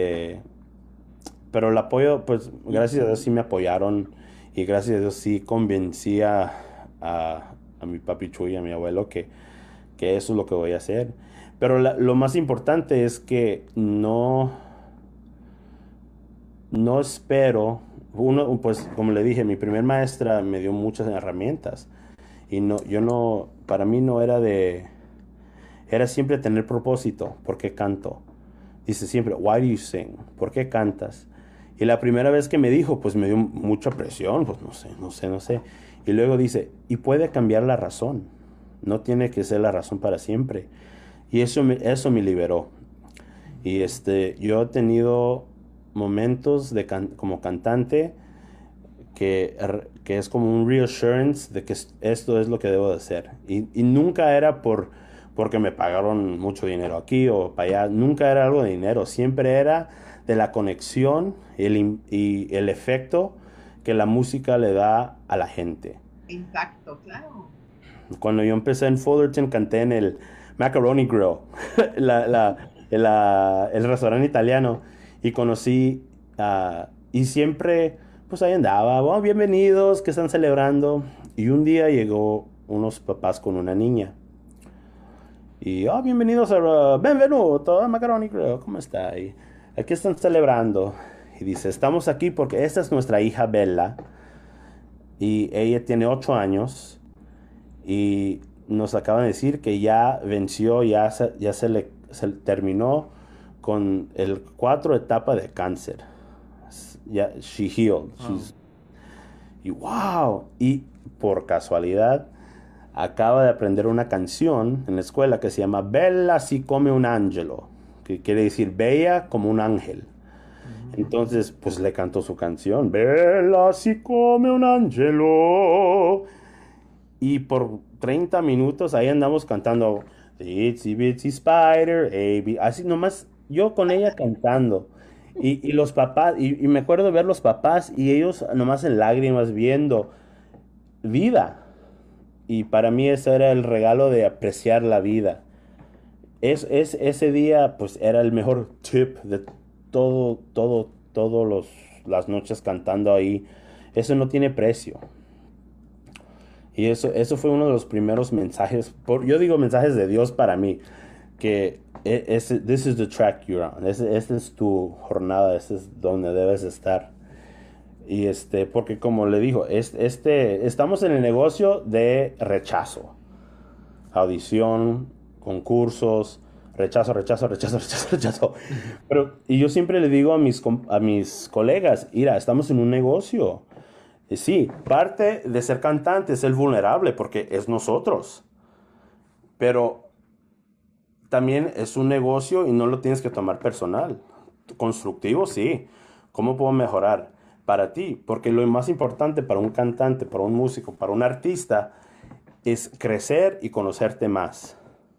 pero el apoyo, pues gracias a Dios sí me apoyaron y gracias a Dios sí convencí a mi papi Chuy, a mi abuelo, que eso es lo que voy a hacer. Pero lo más importante es que no espero, pues como le dije, mi primer maestra me dio muchas herramientas y para mí no era era siempre tener propósito. ¿Por qué canto? Dice siempre, why do you sing? ¿Por qué cantas? Y la primera vez que me dijo, pues me dio mucha presión, pues no sé. Y luego dice, y puede cambiar la razón. No tiene que ser la razón para siempre. Y eso me liberó. Y yo he tenido momentos como cantante que es como un reassurance de que esto es lo que debo de hacer. Y nunca era porque me pagaron mucho dinero aquí o para allá. Nunca era algo de dinero. Siempre era de la conexión y el efecto que la música le da a la gente. Exacto, claro. Cuando yo empecé en Fullerton, canté en el Macaroni Grill, el restaurante italiano, y conocí, y siempre, pues ahí andaba, oh, bienvenidos, que están celebrando. Y un día llegó unos papás con una niña. Y, oh, bienvenidos benvenuto a Macaroni Grill, ¿cómo está? Y aquí están celebrando. Y dice, estamos aquí porque esta es nuestra hija Bella. Y ella tiene 8 años. Y nos acaban de decir que ya venció, ya se terminó con el 4 etapa de cáncer. Ya, she healed. Wow. Y wow. Y por casualidad, acaba de aprender una canción en la escuela que se llama Bella si come un angelo, que quiere decir bella como un ángel. Entonces, pues le cantó su canción, Bella si come un angelo. Y por 30 minutos ahí andamos cantando Itsy Bitsy Spider, así nomás yo con ella cantando. Y los papás, y me acuerdo de ver los papás y ellos nomás en lágrimas viendo vida. Y para mí ese era el regalo de apreciar la vida. Ese día pues era el mejor tip de las noches cantando ahí. Eso no tiene precio. Y eso fue uno de los primeros mensajes, yo digo mensajes de Dios para mí, que this is the track you're on, esta es tu jornada, este es donde debes estar. Y porque como le digo, estamos en el negocio de rechazo, audición, concursos, rechazo. Y yo siempre le digo a mis colegas, mira, estamos en un negocio. Sí, parte de ser cantante es el vulnerable porque es nosotros. Pero también es un negocio y no lo tienes que tomar personal. Constructivo, sí. ¿Cómo puedo mejorar? Para ti, porque lo más importante para un cantante, para un músico, para un artista es crecer y conocerte más.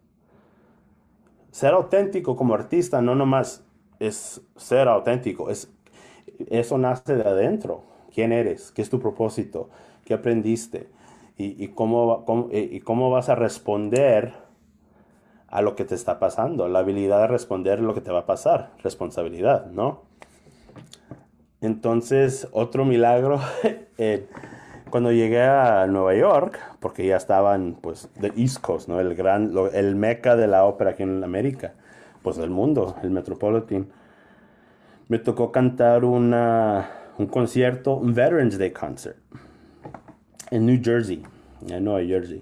Ser auténtico como artista no nomás es ser auténtico, eso nace de adentro. ¿Quién eres? ¿Qué es tu propósito? ¿Qué aprendiste? ¿Y cómo vas a responder a lo que te está pasando? La habilidad de responder lo que te va a pasar. Responsabilidad, ¿no? Entonces, otro milagro, cuando llegué a Nueva York, porque ya estaban, pues, the East Coast, ¿no? El meca de la ópera aquí en América, pues del mundo, el Metropolitan. Me tocó cantar un concierto, un Veterans Day concert, en New Jersey, en Nueva Jersey.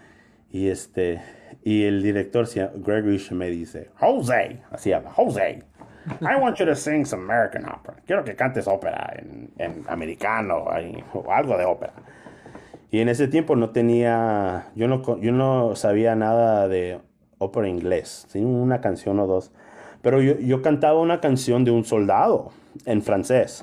Y el director, Gregory, me dice, Jose, así habla, Jose, I want you to sing some American opera. Quiero que cantes ópera en americano o algo de ópera. Y en ese tiempo no tenía, yo no sabía nada de ópera inglés, ¿sí? Una canción o dos. Pero yo cantaba una canción de un soldado en francés.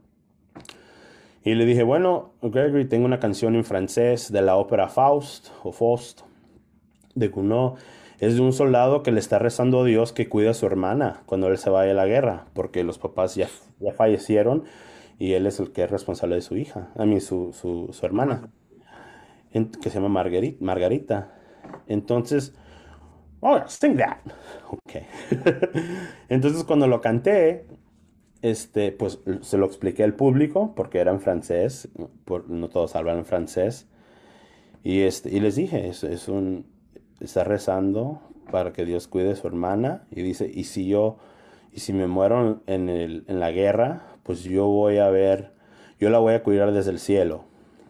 Y le dije, bueno, Gregory, tengo una canción en francés de la ópera Faust o Faust de Gounod. Es de un soldado que le está rezando a Dios que cuide a su hermana cuando él se vaya a la guerra, porque los papás ya fallecieron y él es el que es responsable de su hija, su hermana, que se llama Margarita. Entonces, oh, sing that. Ok. Entonces cuando lo canté, pues se lo expliqué al público, porque era en francés, no todos hablan en francés, y les dije, está rezando para que Dios cuide a su hermana, y dice, y si me muero en la guerra, pues yo la voy a cuidar desde el cielo.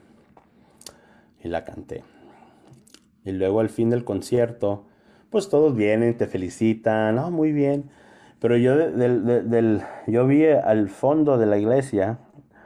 Y la canté. Y luego al fin del concierto, pues todos vienen, te felicitan, oh, muy bien. Pero yo vi al fondo de la iglesia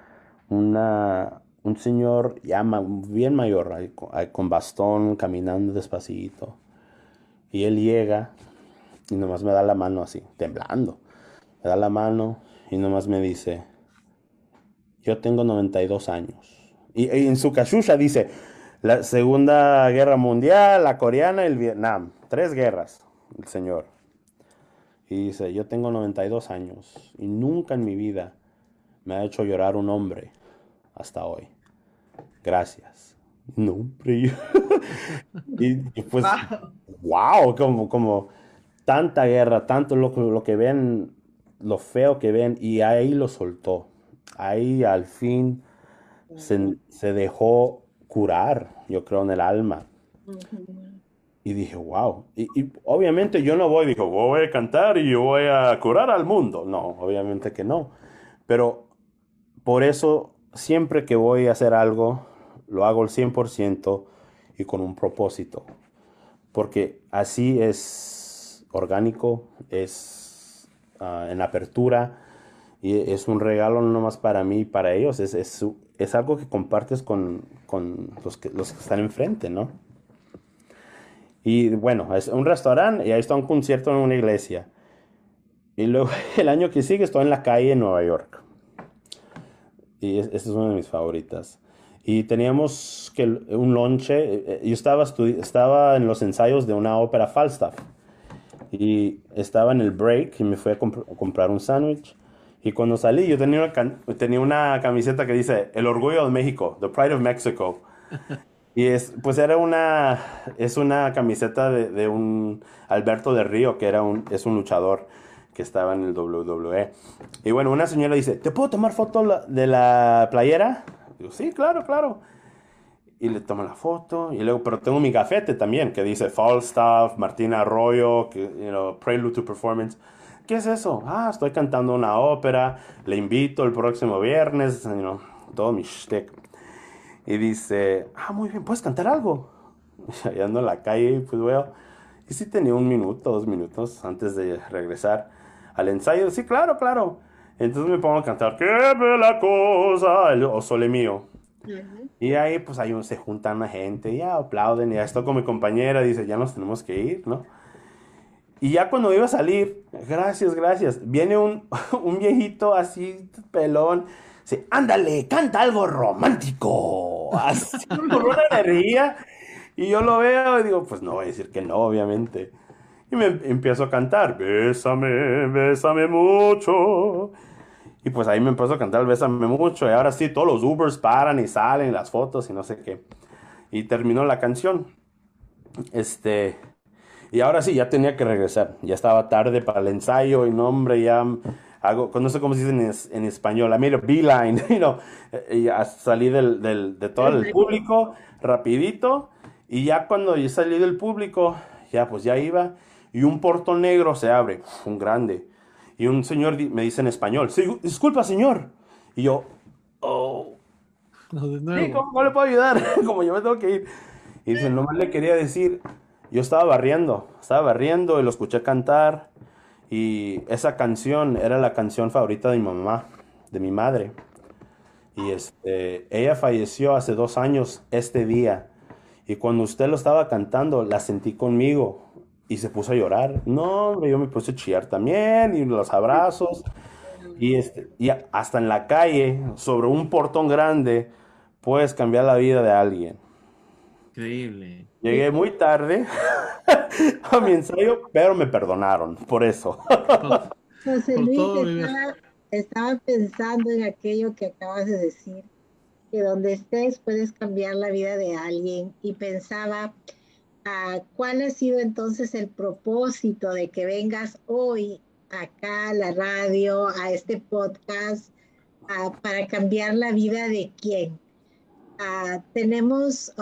un señor ya bien mayor, ahí con bastón, caminando despacito. Y él llega y nomás me da la mano así, temblando. Me da la mano y nomás me dice, yo tengo 92 años. Y en su cachucha dice, la Segunda Guerra Mundial, la coreana y el Vietnam. 3 guerras, el señor. Y dice, yo tengo 92 años y nunca en mi vida me ha hecho llorar un hombre hasta hoy. Gracias. No, hombre. y pues, wow, como tanta guerra, tanto lo que ven, lo feo que ven, y ahí lo soltó. Ahí al fin se dejó curar, yo creo, en el alma. Y dije, wow. Y obviamente yo no voy a cantar y yo voy a curar al mundo. No, obviamente que no. Pero por eso, siempre que voy a hacer algo, lo hago al 100% y con un propósito. Porque así es orgánico, es en apertura, y es un regalo no nomás para mí y para ellos. Es algo que compartes con los que están enfrente, ¿no? Y bueno, es un restaurante y ahí está un concierto en una iglesia. Y luego el año que sigue estoy en la calle en Nueva York. Y esa es una de mis favoritas. Y teníamos un lonche. Yo estaba en los ensayos de una ópera Falstaff. Y estaba en el break y me fui a comprar un sándwich. Y cuando salí yo tenía una camiseta que dice El Orgullo de México, The Pride of Mexico. Y pues es una camiseta de un Alberto del Río, que es un luchador que estaba en el WWE. Y bueno, una señora dice, ¿te puedo tomar foto de la playera? Digo, sí, claro. Y le tomo la foto, y luego, pero tengo mi gafete también, que dice Falstaff, Martina Arroyo, Prelude to Performance. ¿Qué es eso? Estoy cantando una ópera, le invito el próximo viernes, todo mi shtick. Y dice, muy bien, ¿puedes cantar algo? Y ando en la calle, pues veo. Y sí tenía 1 minuto, 2 minutos antes de regresar al ensayo. Sí, claro. Entonces me pongo a cantar, ¡qué bella cosa! O Sole Mío. Y ahí, pues ahí se juntan la gente, ya aplauden. Y ya estoy con mi compañera, dice, ya nos tenemos que ir, ¿no? Y ya cuando iba a salir, gracias, viene un viejito así, pelón. Dice, ándale, canta algo romántico. Así, con una energía. Y yo lo veo y digo, pues no voy a decir que no, obviamente. Y me empiezo a cantar, bésame mucho. Y pues ahí me empiezo a cantar Bésame mucho. Y ahora sí, todos los Ubers paran y salen las fotos y no sé qué. Y terminó la canción. Y ahora sí, ya tenía que regresar. Ya estaba tarde para el ensayo y no, hombre, ya no sé cómo se dice en español, I made a beeline, y ya salí de todo el público rapidito, y ya cuando yo salí del público, pues ya iba, y un portón negro se abre, un grande, y un señor me dice en español, sí, disculpa señor, y yo, sí, ¿cómo le puedo ayudar? Como yo me tengo que ir, y dice, nomás le quería decir, yo estaba barriendo y lo escuché cantar. Y esa canción era la canción favorita de mi mamá, de mi madre. Y ella falleció hace 2 años este día. Y cuando usted lo estaba cantando, la sentí conmigo y se puso a llorar. No, hombre, yo me puse a chillar también y los abrazos. Y hasta en la calle, sobre un portón grande, puedes cambiar la vida de alguien. Increíble. Llegué muy tarde a mi ensayo, pero me perdonaron por eso. Por, José por Luis, todo vivir. estaba pensando en aquello que acabas de decir, que donde estés puedes cambiar la vida de alguien y pensaba, ¿cuál ha sido entonces el propósito de que vengas hoy acá a la radio, a este podcast, para cambiar la vida de quién? Tenemos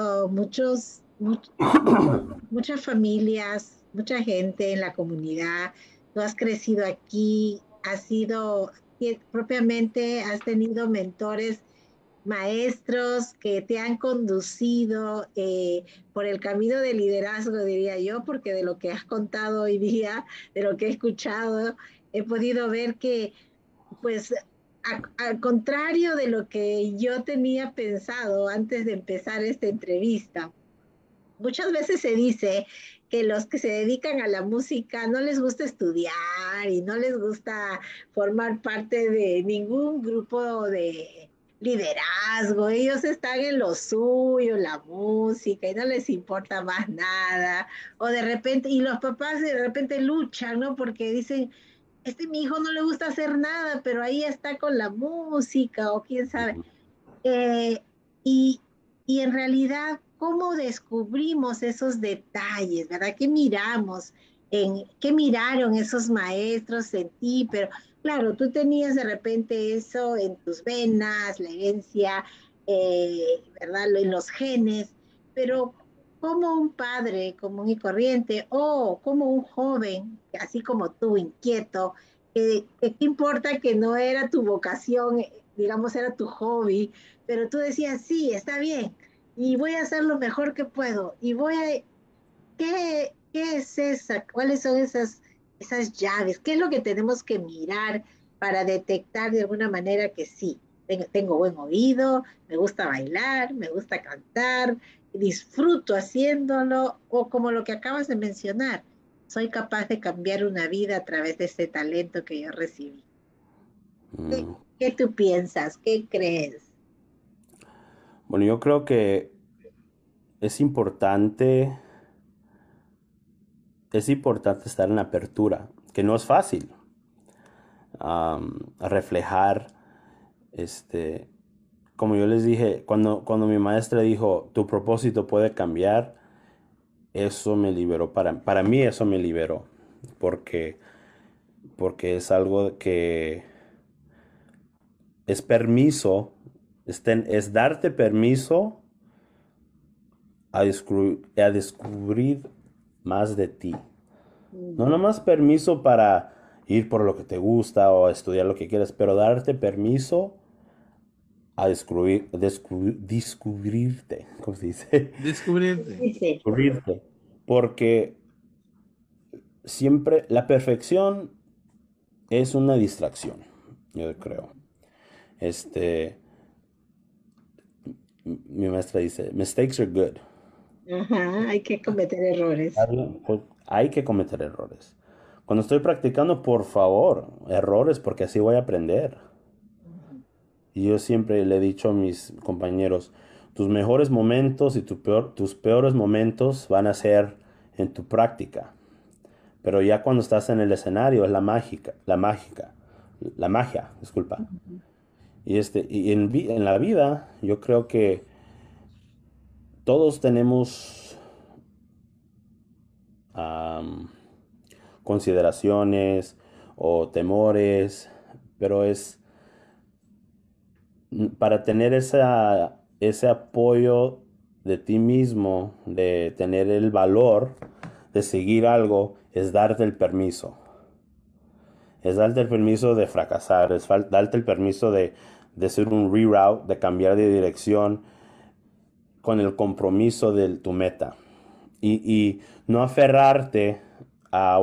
muchas familias, mucha gente en la comunidad. Tú has crecido aquí, propiamente has tenido mentores, maestros que te han conducido por el camino del liderazgo, diría yo, porque de lo que has contado hoy día, de lo que he escuchado, he podido ver que, pues, al contrario de lo que yo tenía pensado antes de empezar esta entrevista, muchas veces se dice que los que se dedican a la música no les gusta estudiar y no les gusta formar parte de ningún grupo de liderazgo. Ellos están en lo suyo, la música, y no les importa más nada. O de repente, y los papás de repente luchan, ¿no? Porque dicen, mi hijo no le gusta hacer nada, pero ahí está con la música, o quién sabe. Eh, y, y en realidad, ¿cómo descubrimos esos detalles, verdad? ¿Qué miraron esos maestros en ti? Pero claro, tú tenías de repente eso en tus venas, la herencia, ¿verdad? En los genes, pero como un padre común y corriente o como un joven, así como tú, inquieto, ¿qué importa que no era tu vocación, digamos, era tu hobby? Pero tú decías, sí, está bien, y voy a hacer lo mejor que puedo, ¿qué es esa? ¿Cuáles son esas llaves? ¿Qué es lo que tenemos que mirar para detectar de alguna manera que sí, tengo buen oído, me gusta bailar, me gusta cantar, disfruto haciéndolo, o como lo que acabas de mencionar, soy capaz de cambiar una vida a través de ese talento que yo recibí? ¿Qué, Mm. qué tú piensas? ¿Qué crees? Bueno, yo creo que es importante, es importante estar en apertura, que no es fácil. Reflejar, como yo les dije, cuando mi maestra dijo, tu propósito puede cambiar, eso me liberó, para mí eso me liberó, porque, porque es algo que es permiso, es darte permiso a descubrir más de ti. No nomás permiso para ir por lo que te gusta o estudiar lo que quieres, pero darte permiso a descubrirte, ¿cómo se dice? Descubrirte. Dice, Descubrirte. Porque siempre la perfección es una distracción, yo creo. Este, mi maestra dice, mistakes are good. ajá, hay que cometer errores. Hay que cometer errores. Cuando estoy practicando, por favor, errores, porque así voy a aprender. Y yo siempre le he dicho a mis compañeros, tus mejores momentos y tus peores momentos van a ser en tu práctica. Pero ya cuando estás en el escenario es la magia, disculpa. Y en la vida yo creo que todos tenemos consideraciones o temores, pero es para tener ese apoyo de ti mismo, de tener el valor de seguir algo, es darte el permiso. Es darte el permiso de fracasar, es darte el permiso de hacer un reroute, de cambiar de dirección con el compromiso de tu meta. Y no aferrarte a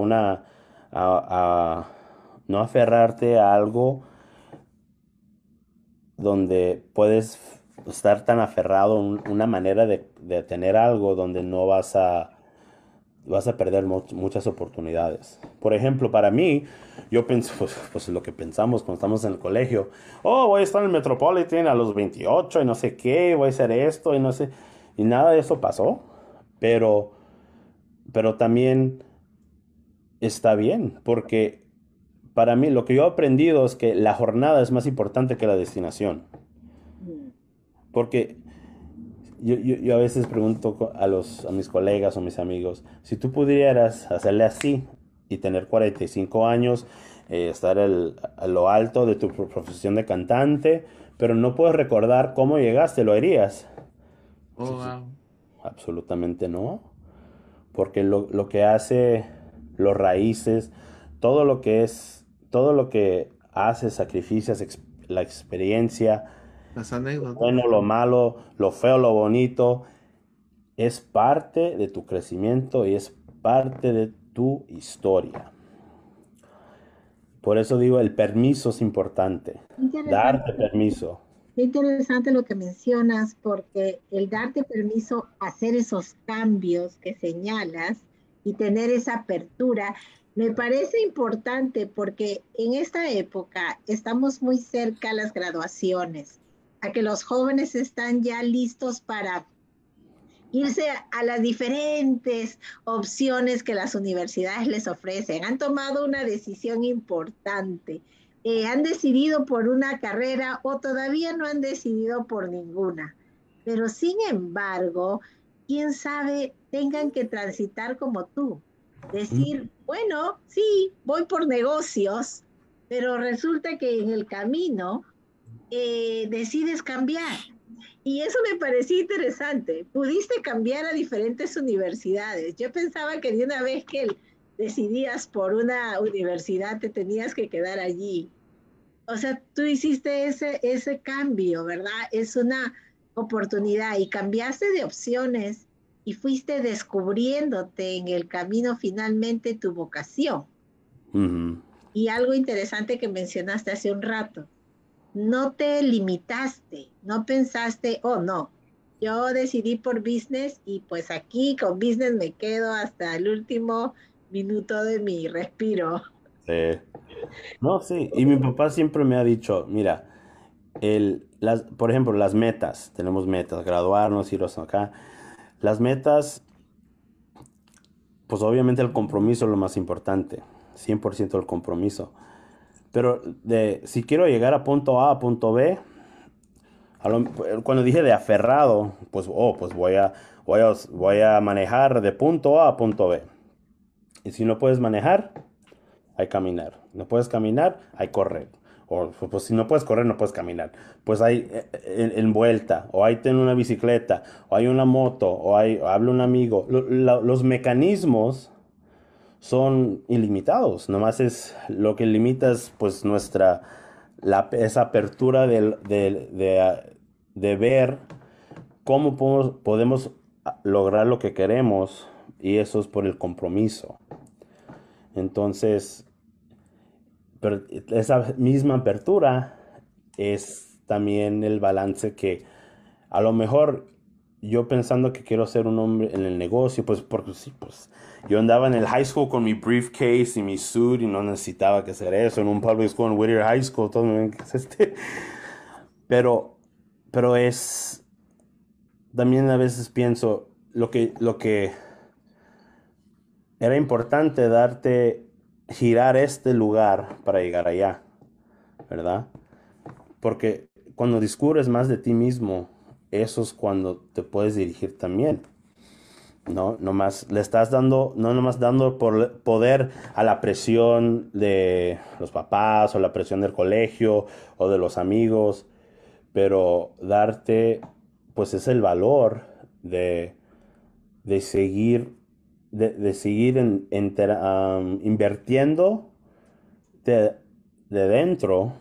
no aferrarte a algo donde puedes estar tan aferrado a una manera de tener algo donde no vas a perder muchas oportunidades. Por ejemplo, para mí, yo pienso, pues lo que pensamos cuando estamos en el colegio, oh, voy a estar en el Metropolitan a los 28 y no sé qué, voy a hacer esto y no sé, y nada de eso pasó, pero también está bien, porque para mí lo que yo he aprendido es que la jornada es más importante que la destinación. Porque yo a veces pregunto a mis colegas o mis amigos, si tú pudieras hacerle así y tener 45 años, estar a lo alto de tu profesión de cantante, pero no puedes recordar cómo llegaste, ¿lo harías? Oh, wow. Absolutamente no. Porque lo que hace los raíces, todo lo que hace, sacrificias, la experiencia, Las anécdotas. bueno, lo malo, lo feo, lo bonito, es parte de tu crecimiento y es parte de tu historia. Por eso digo, el permiso es importante. Darte permiso. Qué interesante lo que mencionas, porque el darte permiso a hacer esos cambios que señalas y tener esa apertura, me parece importante porque en esta época estamos muy cerca a las graduaciones, a que los jóvenes están ya listos para irse a las diferentes opciones que las universidades les ofrecen. Han tomado una decisión importante. Han decidido por una carrera o todavía no han decidido por ninguna. Pero sin embargo, quién sabe, tengan que transitar como tú. Decir, bueno, sí, voy por negocios, pero resulta que en el camino decides cambiar. Y eso me pareció interesante. Pudiste cambiar a diferentes universidades. Yo pensaba que de una vez que decidías por una universidad te tenías que quedar allí. O sea, tú hiciste ese cambio, ¿verdad? Es una oportunidad y cambiaste de opciones y fuiste descubriéndote en el camino finalmente tu vocación. Uh-huh. Y algo interesante que mencionaste hace un rato, no te limitaste, no pensaste, oh no, yo decidí por business y pues aquí con business me quedo hasta el último minuto de mi respiro. No, sí, y mi papá siempre me ha dicho, mira, por ejemplo, las metas, tenemos metas, graduarnos, irnos acá. Las metas, pues obviamente el compromiso es lo más importante, 100% el compromiso. Pero si quiero llegar a punto A, a punto B, cuando dije de aferrado, pues voy a manejar de punto A a punto B. Y si no puedes manejar, hay caminar. No puedes caminar, hay correr. O pues si no puedes correr, no puedes caminar. Pues hay en vuelta, o hay ten una bicicleta, o hay una moto, o habla un amigo. Los mecanismos son ilimitados. Nomás es lo que limita es pues esa apertura de ver cómo podemos lograr lo que queremos, y eso es por el compromiso. Entonces, pero esa misma apertura es también el balance que a lo mejor yo pensando que quiero ser un hombre en el negocio, pues porque sí, pues yo andaba en el high school con mi briefcase y mi suit y no necesitaba que hacer eso en un public school en Whittier High School, todo me ven que es pero es también a veces pienso lo que era importante girar este lugar para llegar allá, ¿verdad? Porque cuando descubres más de ti mismo, eso es cuando te puedes dirigir también. No nomás le estás dando, no nomás dando poder a la presión de los papás o la presión del colegio o de los amigos, pero darte, pues es el valor de seguir invirtiendo de dentro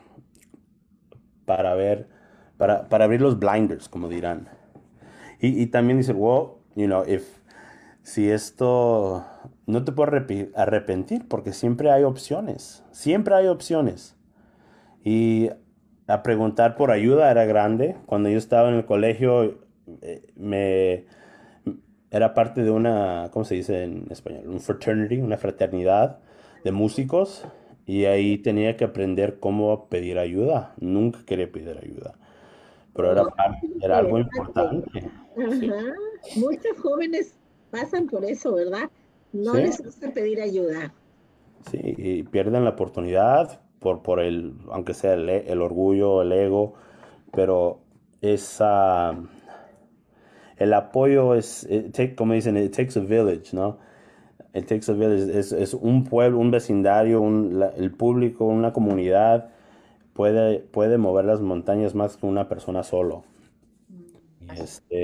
para abrir los blinders, como dirán. Y también dice, well, si esto no te puedes arrepentir porque siempre hay opciones. Y a preguntar por ayuda era grande. Cuando yo estaba en el colegio, me era parte de una, ¿cómo se dice en español? Un fraternity, una fraternidad de músicos. Y ahí tenía que aprender cómo pedir ayuda. Nunca quería pedir ayuda. Pero Oh, era algo interesante. importante. Sí, Ajá. Muchos jóvenes pasan por eso, ¿verdad? No sí, les gusta pedir ayuda. sí. Y pierden la oportunidad por el, aunque sea el orgullo, el ego. Pero esa, el apoyo es, como dicen, it takes a village, ¿no? It takes a village. Es un pueblo, un vecindario, el público, una comunidad puede mover las montañas más que una persona solo. Y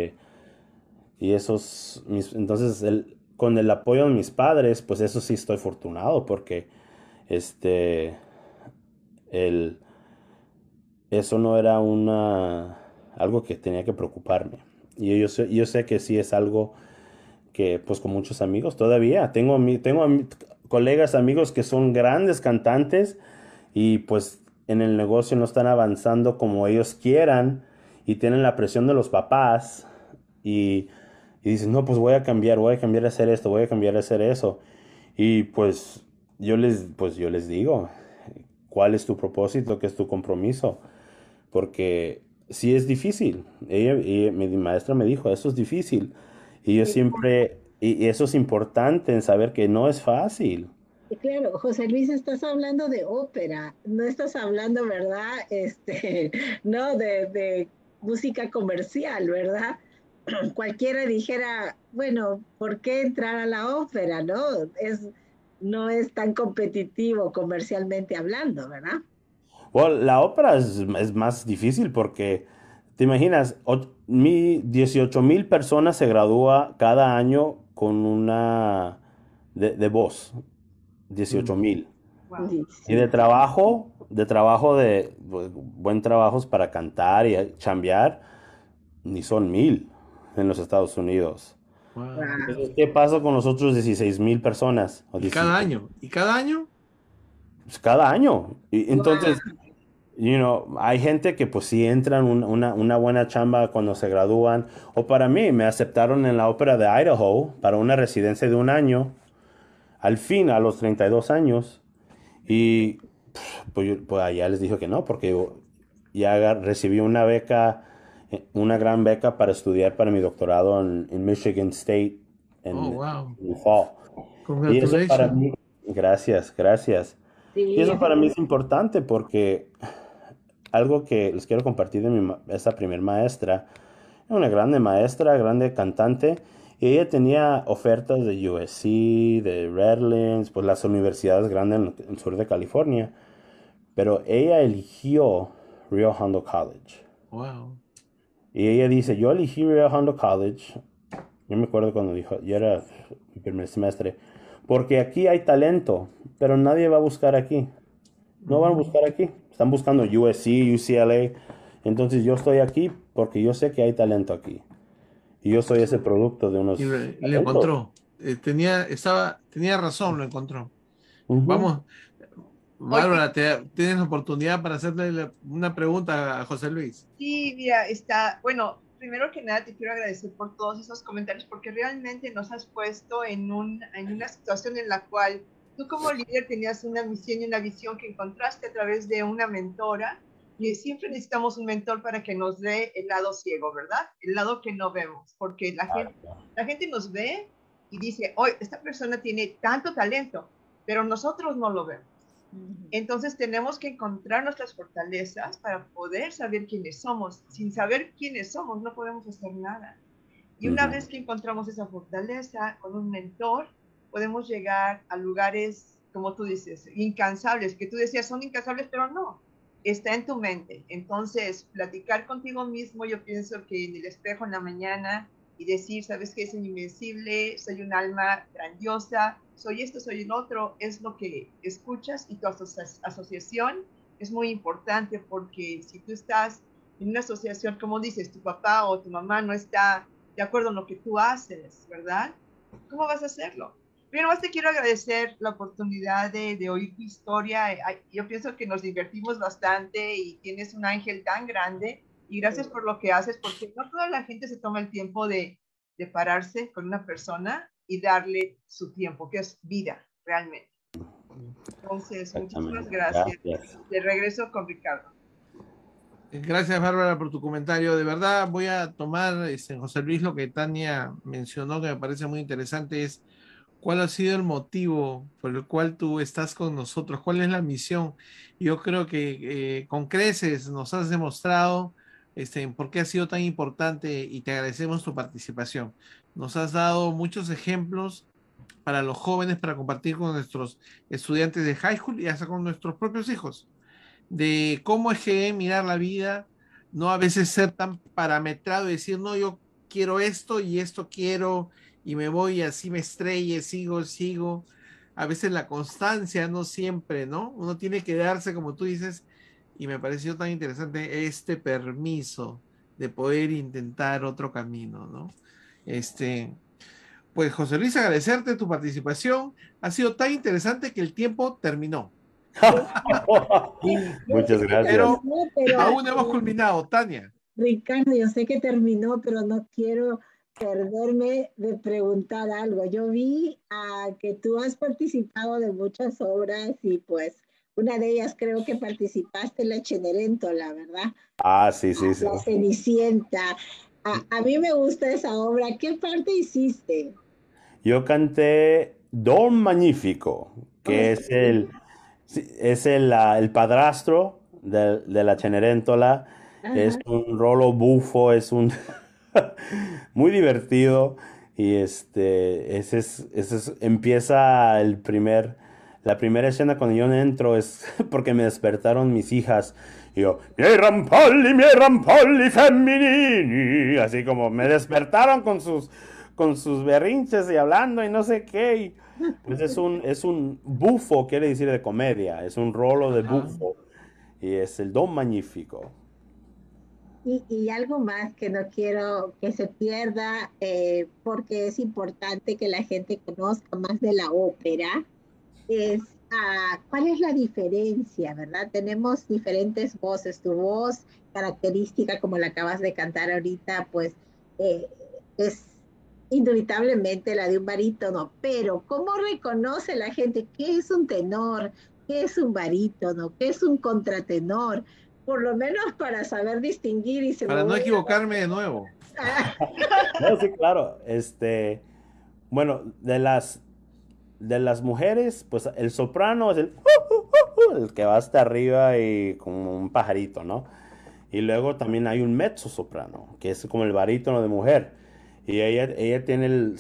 entonces con el apoyo de mis padres, pues eso sí estoy afortunado porque este, el, eso no era algo que tenía que preocuparme. Y yo sé que sí es algo que pues con muchos amigos todavía. Colegas, amigos que son grandes cantantes y pues en el negocio no están avanzando como ellos quieran y tienen la presión de los papás y, y dicen, no, pues voy a cambiar a hacer esto, voy a cambiar a hacer eso. Y pues yo les digo, ¿cuál es tu propósito? ¿Qué es tu compromiso? Porque sí es difícil. Mi maestra me dijo, eso es difícil. Y yo siempre, y eso es importante en saber que no es fácil. Y claro, José Luis, estás hablando de ópera, no estás hablando, ¿verdad? No, de música comercial, ¿verdad? Cualquiera dijera, bueno, ¿por qué entrar a la ópera? No es tan competitivo comercialmente hablando, ¿verdad? Bueno, la ópera es más difícil porque, te imaginas, 18,000 personas se gradúa cada año con una de voz. 18,000. Wow. Sí, Y sí. pues, buen trabajos para cantar y chambear, ni son 1,000 en los Estados Unidos. Wow. Wow. Entonces, ¿qué pasa con los otros 16,000 personas? O ¿Y cada 17, año? ¿Y cada año? pues, cada año. Y Wow. entonces, hay gente que pues sí entran una buena chamba cuando se gradúan. O para mí, me aceptaron en la ópera de Idaho para una residencia de 1 año, al fin, a los 32 años. Y pues allá les dije que no, porque yo ya recibí una beca, una gran beca para estudiar para mi doctorado en Michigan State Oh, en, wow. en fall. Y eso para Congratulations. mí, gracias, gracias. Y Sí, eso para mí es importante porque algo que les quiero compartir de esta primer maestra, una grande maestra, grande cantante, y ella tenía ofertas de USC, de Redlands, pues las universidades grandes en el sur de California, pero ella eligió Rio Hondo College. Wow. Y ella dice, yo elegí Rio Hondo College, yo me acuerdo cuando dijo, yo era mi primer semestre, porque aquí hay talento, pero nadie va a buscar aquí. No van a buscar aquí. Están buscando USC, UCLA. Entonces yo estoy aquí porque yo sé que hay talento aquí. Y yo soy ese producto de Y unos lo talentos. encontró. Tenía razón, lo encontró. Ujú. Vamos, Oye, Bárbara, tienes la oportunidad para hacerle una pregunta a José Luis. sí, mira, bueno, primero que nada te quiero agradecer por todos esos comentarios porque realmente nos has puesto en una situación en la cual tú como líder tenías una misión y una visión que encontraste a través de una mentora y siempre necesitamos un mentor para que nos dé el lado ciego, ¿verdad? El lado que no vemos, porque la gente nos ve y dice, oye, esta persona tiene tanto talento, pero nosotros no lo vemos. Entonces tenemos que encontrar nuestras fortalezas para poder saber quiénes somos. Sin saber quiénes somos no podemos hacer nada. Y una Ujú. vez que encontramos esa fortaleza con un mentor, podemos llegar a lugares, como tú dices, incansables, que tú decías son incansables, pero no, está en tu mente. Entonces, platicar contigo mismo, yo pienso que en el espejo en la mañana y decir, sabes que soy invencible, soy un alma grandiosa, soy esto, soy el otro, es lo que escuchas y tu asociación es muy importante porque si tú estás en una asociación, como dices, tu papá o tu mamá no está de acuerdo en lo que tú haces, ¿verdad? ¿Cómo vas a hacerlo? Yo nomás te quiero agradecer la oportunidad de oír tu historia. Yo pienso que nos divertimos bastante y tienes un ángel tan grande. Y gracias por lo que haces, porque no toda la gente se toma el tiempo de pararse con una persona y darle su tiempo, que es vida, realmente. Entonces, muchísimas gracias. De regreso con Ricardo. Gracias, Bárbara, por tu comentario. De verdad, voy a tomar, José Luis, lo que Tania mencionó, que me parece muy interesante, es cuál ha sido el motivo por el cual tú estás con nosotros, cuál es la misión. Yo creo que con creces nos has demostrado por qué ha sido tan importante y te agradecemos tu participación. Nos has dado muchos ejemplos para los jóvenes, para compartir con nuestros estudiantes de high school y hasta con nuestros propios hijos, de cómo es que deben mirar la vida, no a veces ser tan parametrado y decir, no, yo quiero esto y esto quiero y me voy y así me estrelle, sigo. A veces la constancia, no siempre, ¿no? Uno tiene que darse, como tú dices, y me pareció tan interesante este permiso de poder intentar otro camino, ¿no? Pues José Luis, agradecerte tu participación. Ha sido tan interesante que el tiempo terminó. Muchas gracias. Pero aún no hemos culminado, Tania. Ricardo, yo sé que terminó, pero no quiero perderme de preguntar algo. Yo vi que tú has participado de muchas obras y pues una de ellas creo que participaste en la Cenerentola, ¿verdad? Ah, sí. La Cenicienta. A mí me gusta esa obra. ¿Qué parte hiciste? Yo canté Don Magnífico, que es el padrastro de la Cenerentola. Ajá. Es un rolo bufo, es un muy divertido y empieza la primera escena cuando yo entro es porque me despertaron mis hijas y yo, miei rampolli femminili, así como me despertaron con sus berrinches y hablando y no sé qué. Pues es un bufo, quiere decir de comedia, es un rolo de bufo y es el Don Magnífico. Y algo más que no quiero que se pierda, porque es importante que la gente conozca más de la ópera, es cuál es la diferencia, ¿verdad? Tenemos diferentes voces. Tu voz característica, como la acabas de cantar ahorita, pues es indubitablemente la de un barítono, pero ¿cómo reconoce la gente qué es un tenor, qué es un barítono, qué es un contratenor? Por lo menos para saber distinguir y para no equivocarme de nuevo. No, sí, claro. Bueno, de las mujeres, pues el soprano es el que va hasta arriba y como un pajarito, ¿no? Y luego también hay un mezzo soprano, que es como el barítono de mujer. Y ella tiene el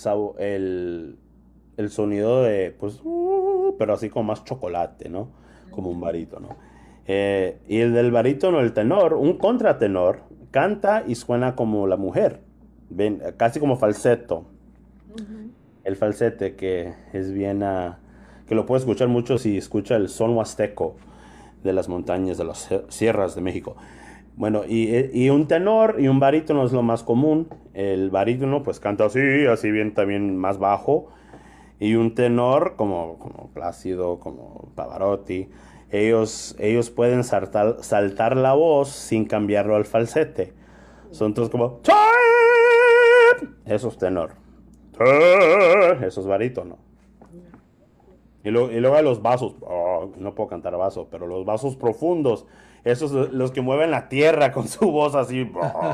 sonido de, pues, pero así como más chocolate, ¿no? Como un barítono. Y el del barítono, el tenor, un contratenor, canta y suena como la mujer, ven, casi como falsetto. Uh-huh. El falsete que es bien, que lo puede escuchar mucho si escucha el son huasteco de las montañas de las sierras de México. Bueno, y un tenor y un barítono es lo más común. El barítono pues canta así bien también más bajo. Y un tenor como Plácido, como Pavarotti. Ellos pueden saltar la voz sin cambiarlo al falsete. Son todos como eso es tenor, eso es barítono. Y luego hay los vasos, no puedo cantar vaso, pero los vasos profundos, esos los que mueven la tierra con su voz así.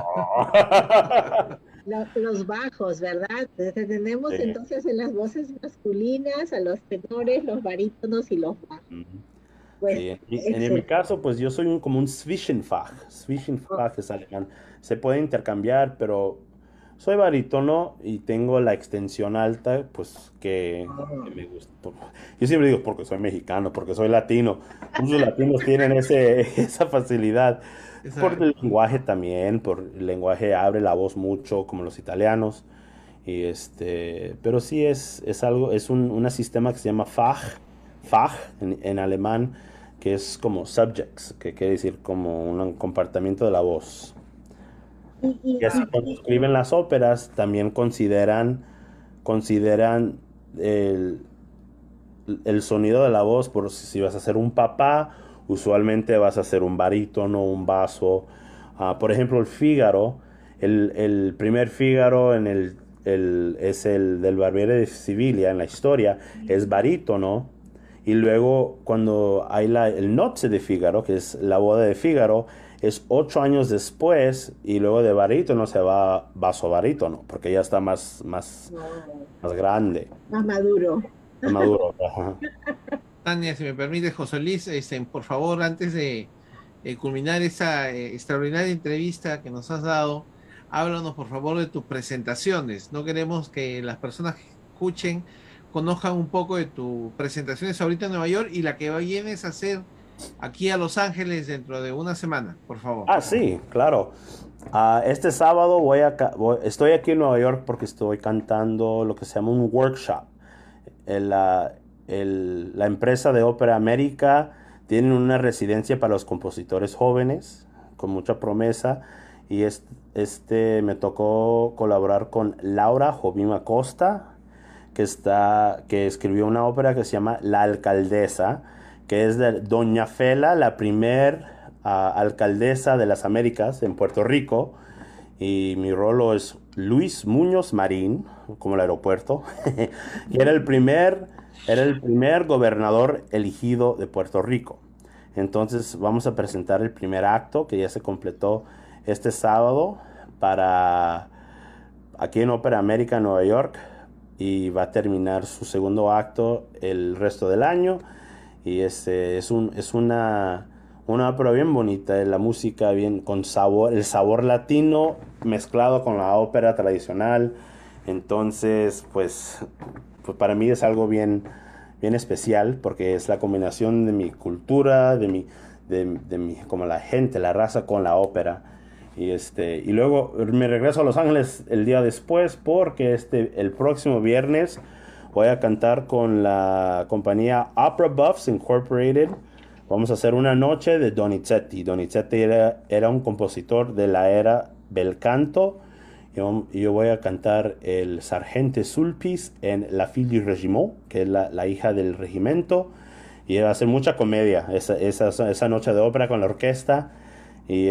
Los bajos, ¿verdad? Tenemos entonces en las voces masculinas a los tenores, los barítonos y los bajos. Pues, sí. En mi caso, pues yo soy como un Zwischenfach. Zwischenfach es alemán. Se puede intercambiar, pero soy barítono y tengo la extensión alta, pues que me gusta. Yo siempre digo porque soy mexicano, porque soy latino. Muchos latinos tienen esa facilidad. Exacto. Por el lenguaje también, por el lenguaje abre la voz mucho, como los italianos. Y pero sí es algo, es un sistema que se llama Fach en alemán, que es como subjects, que quiere decir como un comportamiento de la voz. Y así cuando escriben las óperas también consideran el sonido de la voz, por si vas a ser un papá, usualmente vas a ser un barítono, un basso. Por ejemplo, el Fígaro, el primer Fígaro es el del Barbiere de Siviglia en la historia, es barítono. Y luego cuando hay el Nozze de Fígaro, que es la boda de Fígaro, es 8 años después, y luego de barítono se va a basso barítono, porque ya está más grande. Más maduro. Más maduro. Ajá. Tania, si me permite, José Luis, por favor, antes de culminar esa extraordinaria entrevista que nos has dado, háblanos por favor de tus presentaciones. No queremos que las personas que escuchen conozcan un poco de tus presentaciones ahorita en Nueva York y la que vienes a hacer aquí a Los Ángeles dentro de una semana, por favor. Sí, claro. Este sábado estoy aquí en Nueva York porque estoy cantando lo que se llama un workshop. La empresa de Ópera América tiene una residencia para los compositores jóvenes con mucha promesa, y me tocó colaborar con Laura Jovim Acosta, que escribió una ópera que se llama La Alcaldesa, que es de Doña Fela, la primer alcaldesa de las Américas en Puerto Rico, y mi rolo es Luis Muñoz Marín, como el aeropuerto, y era el primer gobernador elegido de Puerto Rico. Entonces vamos a presentar el primer acto, que ya se completó este sábado, aquí en Ópera América en Nueva York, y va a terminar su segundo acto el resto del año. Y es una ópera bien bonita, la música bien con sabor, el sabor latino mezclado con la ópera tradicional. Entonces, pues para mí es algo bien especial, porque es la combinación de mi cultura, de mi como la gente, la raza con la ópera. Y luego me regreso a Los Ángeles el día después, porque el próximo viernes voy a cantar con la compañía Opera Buffs Incorporated. Vamos a hacer una noche de Donizetti. Donizetti era un compositor de la era bel canto. Y yo voy a cantar el Sargente Sulpice en La Fille du Régiment, que es la hija del regimiento. Y va a ser mucha comedia esa noche de ópera con la orquesta. Y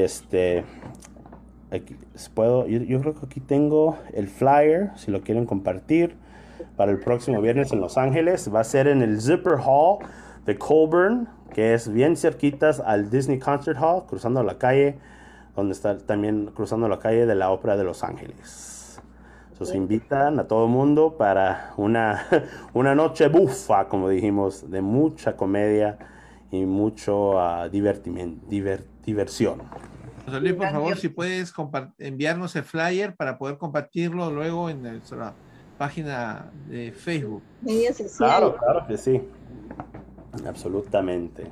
yo creo que aquí tengo el flyer, si lo quieren compartir, para el próximo viernes en Los Ángeles. Va a ser en el Zipper Hall de Colburn, que es bien cerquitas al Disney Concert Hall, cruzando la calle, donde está también cruzando la calle de la Ópera de Los Ángeles. Se invitan a todo el mundo para una noche bufa, como dijimos, de mucha comedia y mucho diversión. José Luis, por favor, si puedes enviarnos el flyer para poder compartirlo luego en nuestra página de Facebook. Medios sociales. Claro que sí. Absolutamente.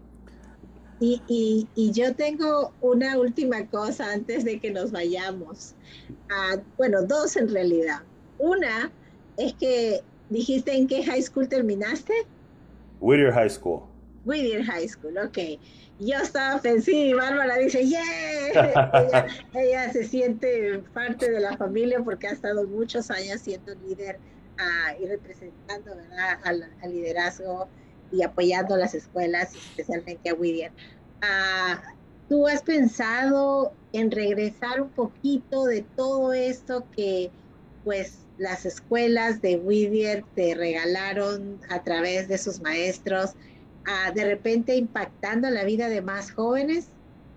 Y yo tengo una última cosa antes de que nos vayamos. Bueno, dos en realidad. Una es que dijiste en qué high school terminaste. Whittier High School. Whittier High School, ok. Yo estaba pensando y Bárbara dice, ¡yeah! ella se siente parte de la familia porque ha estado muchos años siendo líder y representando, ¿verdad?, al liderazgo y apoyando a las escuelas, especialmente a Whittier. ¿Tú has pensado en regresar un poquito de todo esto que, pues, las escuelas de Whittier te regalaron a través de sus maestros, de repente impactando la vida de más jóvenes?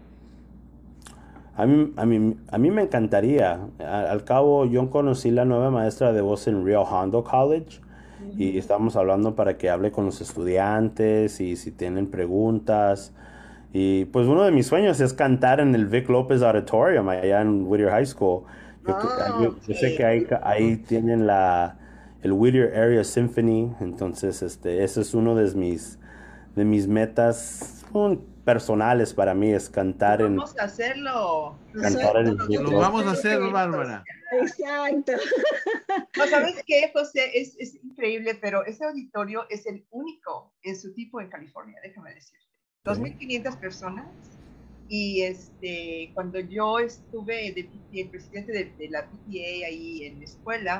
A mí me encantaría. Al cabo, yo conocí la nueva maestra de voz en Rio Hondo College, y estamos hablando para que hable con los estudiantes y si tienen preguntas. Y pues uno de mis sueños es cantar en el Vic Lopez Auditorium allá en Whittier High School. Yo sé que ahí tienen el Whittier Area Symphony. Entonces ese es uno de mis metas personales para mí, es cantar Vamos a hacerlo. Lo vamos a hacer, Bárbara. Exacto. No, ¿sabes qué, José? Es increíble, pero ese auditorio es el único en su tipo en California, déjame decirte. 2.500 personas. Y cuando yo estuve el presidente de la PTA ahí en la escuela,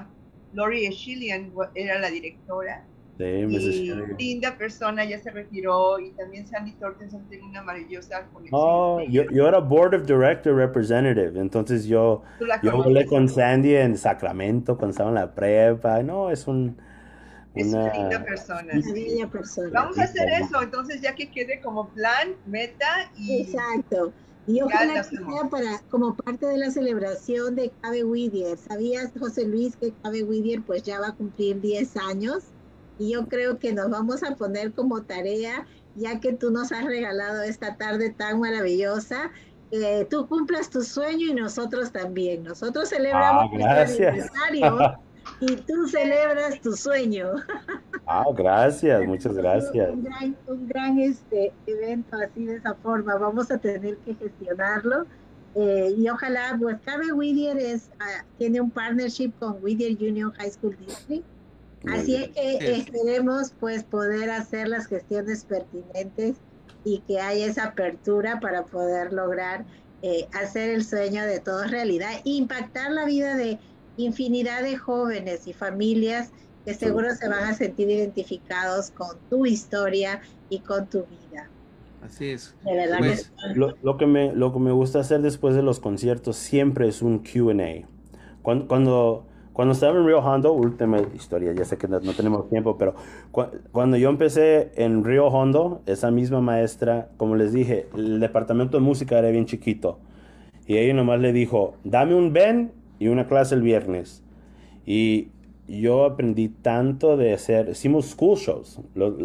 Lori Eshilian era la directora. Sí, y linda persona, ya se retiró, y también Sandy Tortenson tiene una maravillosa conexión. Oh, yo era Board of Director Representative, entonces yo hablé con Sandy en Sacramento cuando estaba en la prepa. No, es una linda persona. Una bella persona. Vamos a hacer eso, entonces ya que quede como plan, meta y... Exacto. Y ojalá que sea como parte de la celebración de Cabe Whittier. ¿Sabías, José Luis, que Cabe Whittier pues ya va a cumplir 10 años? Y yo creo que nos vamos a poner como tarea, ya que tú nos has regalado esta tarde tan maravillosa, tú cumplas tu sueño y nosotros también. Nosotros celebramos nuestro aniversario y tú celebras tu sueño. Gracias, muchas gracias. Un gran evento así de esa forma. Vamos a tener que gestionarlo. Y ojalá, pues Cabe Whittier tiene un partnership con Whittier Union High School District. Así es que esperemos pues poder hacer las gestiones pertinentes y que haya esa apertura para poder lograr hacer el sueño de todos realidad e impactar la vida de infinidad de jóvenes y familias que seguro se van a sentir identificados con tu historia y con tu vida. Así es. De verdad pues, lo que me gusta hacer después de los conciertos siempre es un Q&A. Cuando estaba en Rio Hondo, última historia, ya sé que no tenemos tiempo, pero cuando yo empecé en Rio Hondo, esa misma maestra, como les dije, el departamento de música era bien chiquito. Y ella nomás le dijo, dame un Ben y una clase el viernes. Y yo aprendí tanto de hicimos school shows,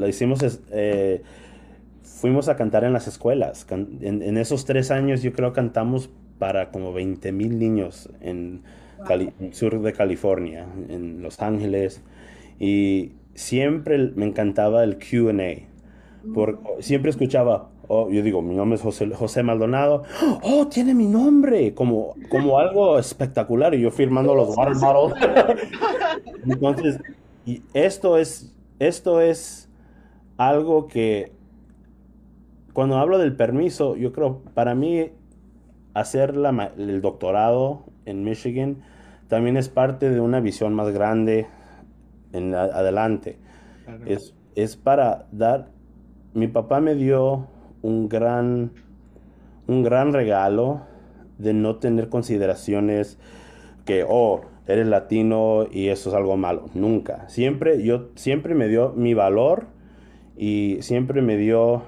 fuimos a cantar en las escuelas. En esos 3 años yo creo cantamos para como 20,000 niños en sur de California, en Los Ángeles, y siempre me encantaba el Q&A, siempre escuchaba, yo digo, mi nombre es José Maldonado, tiene mi nombre, como algo espectacular, y yo firmando los water bottles. Entonces, y esto es algo que, cuando hablo del permiso, yo creo, para mí, hacer el doctorado en Michigan también es parte de una visión más grande adelante. Claro. Es para dar... Mi papá me dio un gran regalo de no tener consideraciones que, eres latino y eso es algo malo. Nunca. Siempre me dio mi valor y siempre me dio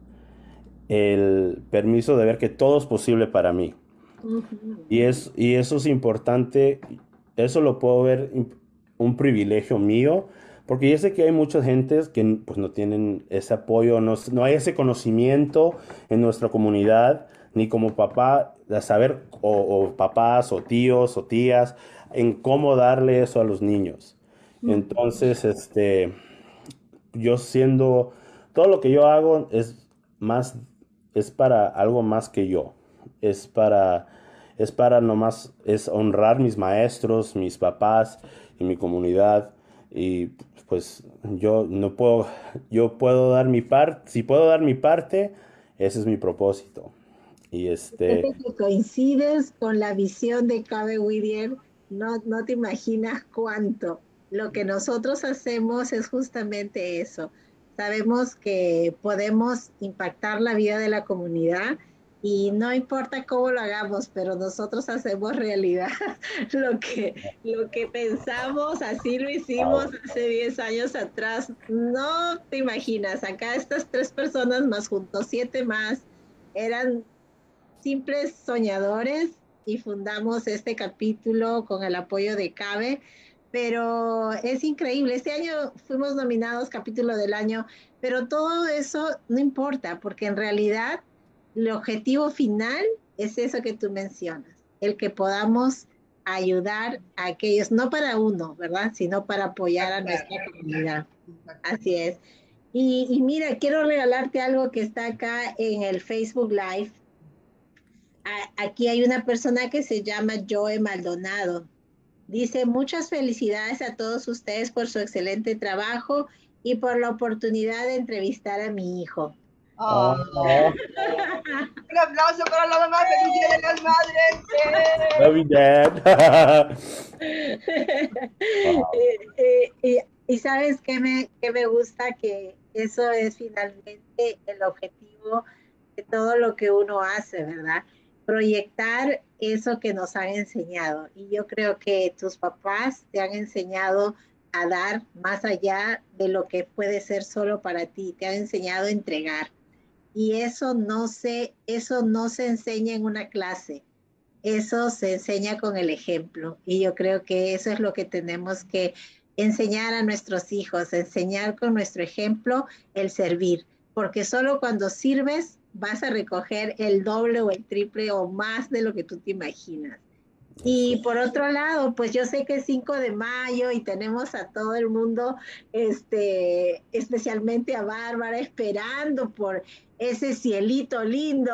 el permiso de ver que todo es posible para mí. Y eso es importante, eso lo puedo ver un privilegio mío, porque yo sé que hay muchas gentes que pues no tienen ese apoyo, no hay ese conocimiento en nuestra comunidad, ni como papá, de saber, o papás, o tíos, o tías, en cómo darle eso a los niños. Entonces, todo lo que yo hago es para algo más que yo. Es para honrar mis maestros, mis papás y mi comunidad. Y pues yo puedo dar mi parte. Si puedo dar mi parte, ese es mi propósito. Y que coincides con la visión de Cabe Whittier, no te imaginas cuánto. Lo que nosotros hacemos es justamente eso. Sabemos que podemos impactar la vida de la comunidad y no importa cómo lo hagamos, pero nosotros hacemos realidad lo que pensamos, así lo hicimos hace 10 años atrás. No te imaginas, acá estas 3 personas más juntos, 7 más, eran simples soñadores y fundamos este capítulo con el apoyo de Cabe. Pero es increíble, este año fuimos nominados capítulo del año, pero todo eso no importa, porque en realidad el objetivo final es eso que tú mencionas, el que podamos ayudar a aquellos, no para uno, ¿verdad? Sino para apoyar a nuestra comunidad. Así es. Y mira, quiero regalarte algo que está acá en el Facebook Live. Aquí hay una persona que se llama Joe Maldonado. Dice, muchas felicidades a todos ustedes por su excelente trabajo y por la oportunidad de entrevistar a mi hijo. Oh. Oh, Un aplauso para la mamá, feliz Día de las Madres. love you, Dad. Wow. Y sabes qué me gusta, que eso es finalmente el objetivo de todo lo que uno hace, ¿verdad? Proyectar eso que nos han enseñado. Y yo creo que tus papás te han enseñado a dar más allá de lo que puede ser solo para ti. Te han enseñado a entregar. Y eso no se enseña en una clase. Eso se enseña con el ejemplo. Y yo creo que eso es lo que tenemos que enseñar a nuestros hijos, enseñar con nuestro ejemplo el servir, porque solo cuando sirves vas a recoger el doble o el triple o más de lo que tú te imaginas. Y por otro lado, pues yo sé que es 5 de mayo y tenemos a todo el mundo, especialmente a Bárbara, esperando por ese cielito lindo,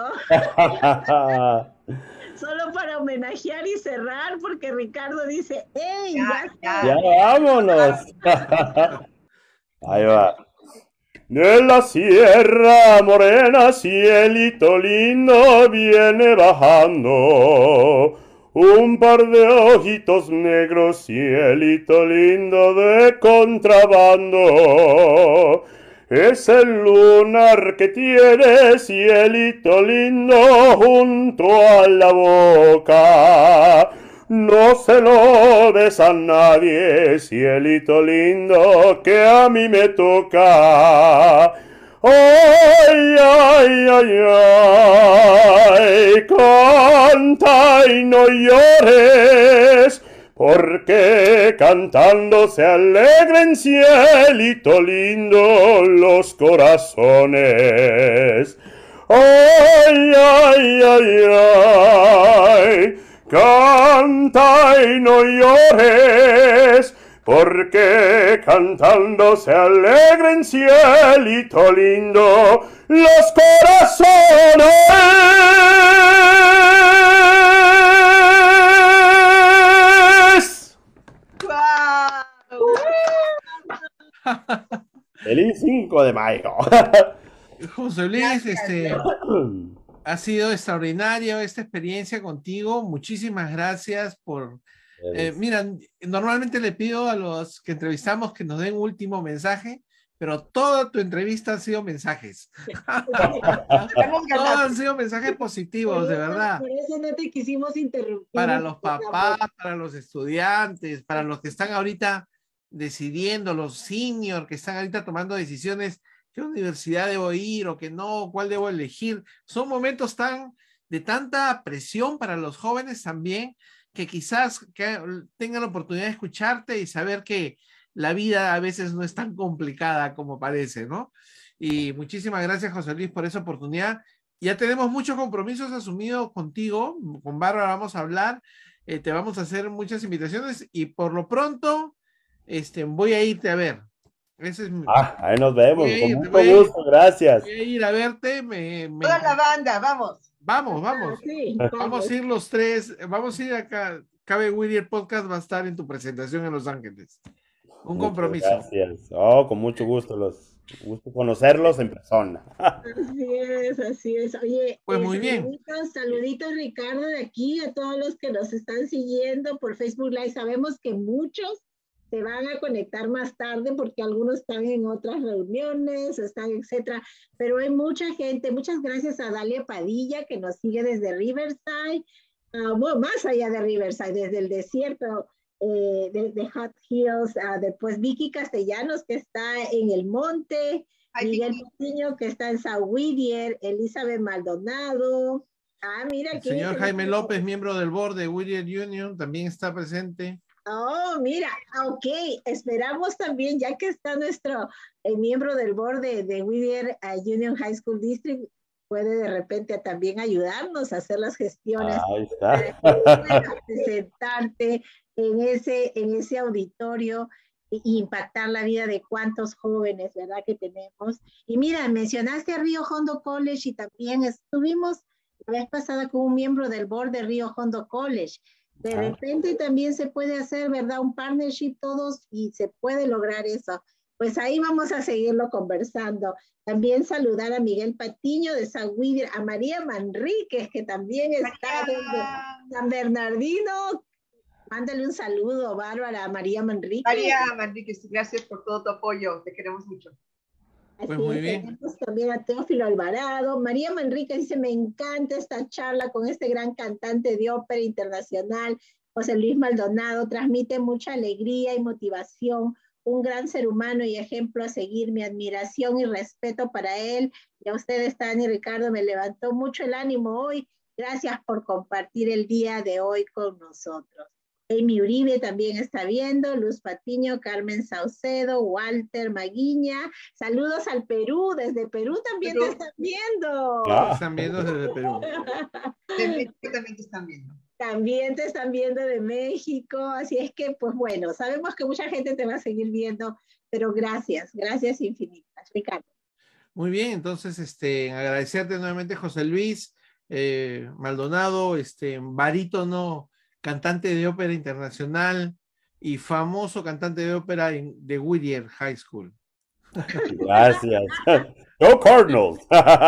solo para homenajear y cerrar, porque Ricardo dice, ¡hey, Ya vámonos. Ahí va. De la Sierra Morena, cielito lindo viene bajando. Un par de ojitos negros, cielito lindo de contrabando. Es el lunar que tiene, cielito lindo, junto a la boca. No se lo des a nadie, cielito lindo, que a mí me toca. Ay, ay, ay, ay, canta y no llores, porque cantando se alegren, cielito lindo, los corazones. Ay, ay, ay, ay, canta y no llores, porque cantando se alegren, cielito lindo, los corazones. ¡Wow! Feliz 5 de mayo. José Luis, ha sido extraordinario esta experiencia contigo. Muchísimas gracias por... mira, normalmente le pido a los que entrevistamos que nos den un último mensaje, pero toda tu entrevista ha sido mensajes. Todos han sido mensajes positivos, de verdad. Por eso no te quisimos interrumpir. Para los papás, para los estudiantes, para los que están ahorita decidiendo, los seniors que están ahorita tomando decisiones, qué universidad debo ir o que no, cuál debo elegir. Son momentos de tanta presión para los jóvenes también, que quizás tengan la oportunidad de escucharte y saber que la vida a veces no es tan complicada como parece, ¿no? Y muchísimas gracias, José Luis, por esa oportunidad. Ya tenemos muchos compromisos asumidos contigo, con Bárbara vamos a hablar, te vamos a hacer muchas invitaciones y por lo pronto voy a irte a ver. Ese es ahí nos vemos, con mucho gusto, gracias. Voy a ir a verte. Toda la banda, vamos. Vamos. Sí, vamos a ir los tres, vamos a ir acá. Cabe Whittier Podcast va a estar en tu presentación en Los Ángeles. Un compromiso. Gracias. Con mucho gusto, gusto conocerlos en persona. Así es. Oye, pues muy bien. Saluditos, Ricardo, de aquí a todos los que nos están siguiendo por Facebook Live. Sabemos que muchos se van a conectar más tarde porque algunos están en otras reuniones, etcétera. Pero hay mucha gente. Muchas gracias a Dalia Padilla, que nos sigue desde Riverside, bueno, más allá de Riverside, desde el desierto de Hot Hills. Después Vicky Castellanos, que está en el monte. Miguel Patiño, que está en South Whittier. Elizabeth Maldonado. Mira. El señor Jaime López, miembro del board de Whittier Union, también está presente. Oh, mira, ok, esperamos también, ya que está nuestro miembro del board de Whittier Union High School District, puede de repente también ayudarnos a hacer las gestiones. Ahí está. Para presentarte en ese auditorio e impactar la vida de cuántos jóvenes, ¿verdad?, que tenemos. Y mira, mencionaste a Río Hondo College y también estuvimos la vez pasada con un miembro del board de Río Hondo College. De repente también se puede hacer, ¿verdad?, un partnership todos y se puede lograr eso. pues ahí vamos a seguirlo conversando. También saludar a Miguel Patiño de San Whittier, a María Manríquez, que también está desde San Bernardino. Mándale un saludo, Bárbara, a María Manríquez. María Manríquez, gracias por todo tu apoyo, te queremos mucho. Así pues muy bien. Tenemos también a Teófilo Alvarado. María Manríquez dice, me encanta esta charla con este gran cantante de ópera internacional, José Luis Maldonado, transmite mucha alegría y motivación, un gran ser humano y ejemplo a seguir, mi admiración y respeto para él. Y a ustedes, Tania y Ricardo, me levantó mucho el ánimo hoy. Gracias por compartir el día de hoy con nosotros. Amy Uribe también está viendo, Luz Patiño, Carmen Saucedo, Walter Maguiña. Saludos al Perú, desde Perú también te están viendo. Te están viendo desde Perú. De México también te están viendo. También te están viendo de México, así es que, pues bueno, sabemos que mucha gente te va a seguir viendo, pero gracias infinitas, Ricardo. Muy bien, entonces, agradecerte nuevamente, José Luis Maldonado, barítono, cantante de ópera internacional y famoso cantante de ópera de Whittier High School. Gracias. ¡Go Cardinals!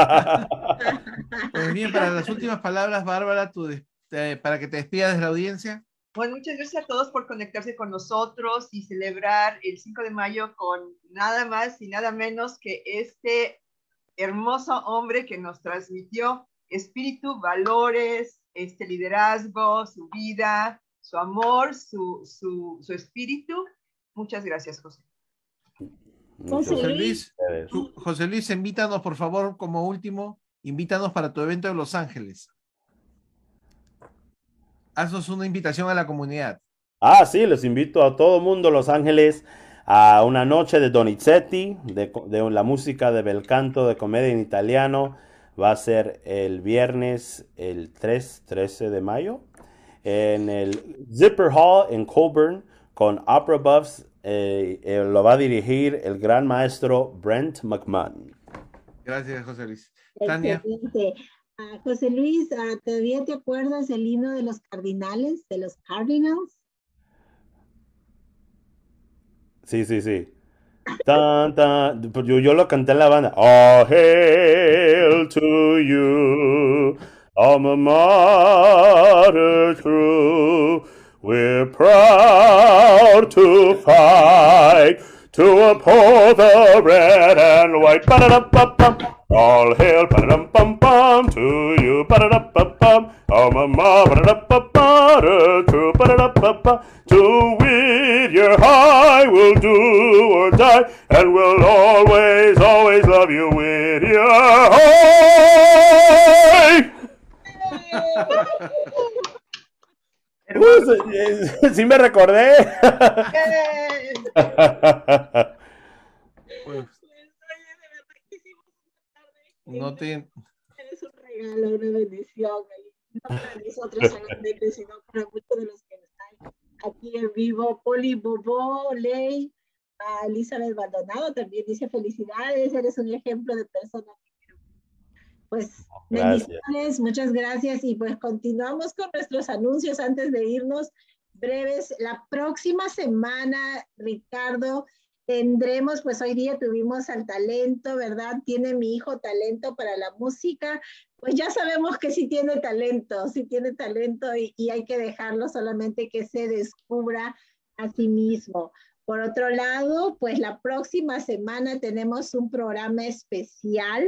Pues bien, para las últimas palabras, Bárbara, para que te despidas de la audiencia. Bueno, muchas gracias a todos por conectarse con nosotros y celebrar el 5 de mayo con nada más y nada menos que este hermoso hombre que nos transmitió espíritu, valores, liderazgo, su vida, su amor, su espíritu. Muchas gracias, José. José Luis, invítanos, por favor, como último, invítanos para tu evento en Los Ángeles. Haznos una invitación a la comunidad. Sí, les invito a todo mundo, Los Ángeles, a una noche de Donizetti, de la música de bel canto, de comedia en italiano. Va a ser el viernes, el 13 de mayo, en el Zipper Hall en Colburn, con Opera Buffs. Lo va a dirigir el gran maestro Brent McMahon. Gracias, José Luis. Tania. José Luis, ¿todavía te acuerdas el himno de los cardinales, de los Cardinals? Sí. Tan, tan. Yo lo canté en la banda. All hail to you, alma mater true. We're proud to fight, to uphold the red and white. Ba-da-da-ba-bum. All hail, ba-da-dum-bum-bum, to you, ba-da-da-ba-bum. Alma mater true, ba-da-da-ba-bum. To Whittier High we'll do or die, and we'll always, always love you, Whittier High. Sí me recordé. No te... Eres un regalo, una bendición. No para nosotros solamente, sino para muchos de los que están aquí en vivo. Poli Bobo, Ley, a Elizabeth Maldonado también dice felicidades, eres un ejemplo de persona. Pues bendiciones, muchas gracias y pues continuamos con nuestros anuncios antes de irnos breves. La próxima semana, Ricardo, tendremos, pues hoy día tuvimos al talento, ¿verdad? Tiene mi hijo talento para la música, pues ya sabemos que sí tiene talento y hay que dejarlo solamente que se descubra a sí mismo. Por otro lado, pues la próxima semana tenemos un programa especial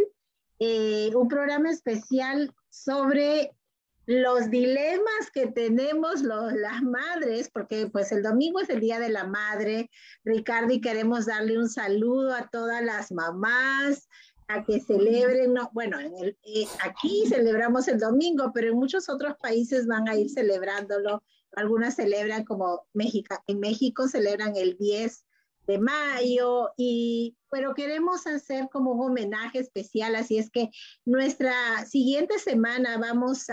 sobre los dilemas que tenemos las madres, porque pues el domingo es el Día de la Madre, Ricardo, y queremos darle un saludo a todas las mamás, a que celebren, aquí celebramos el domingo, pero en muchos otros países van a ir celebrándolo, algunas celebran como en México celebran el 10 de mayo, pero queremos hacer como un homenaje especial, así es que nuestra siguiente semana vamos,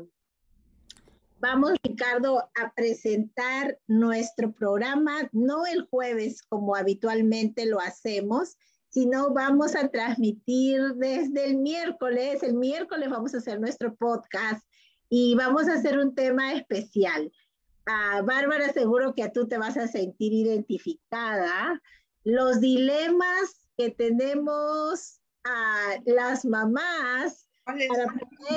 Ricardo, a presentar nuestro programa, no el jueves como habitualmente lo hacemos, sino vamos a transmitir desde el miércoles vamos a hacer nuestro podcast y vamos a hacer un tema especial. Bárbara, seguro que tú te vas a sentir identificada los dilemas que tenemos a las mamás para poder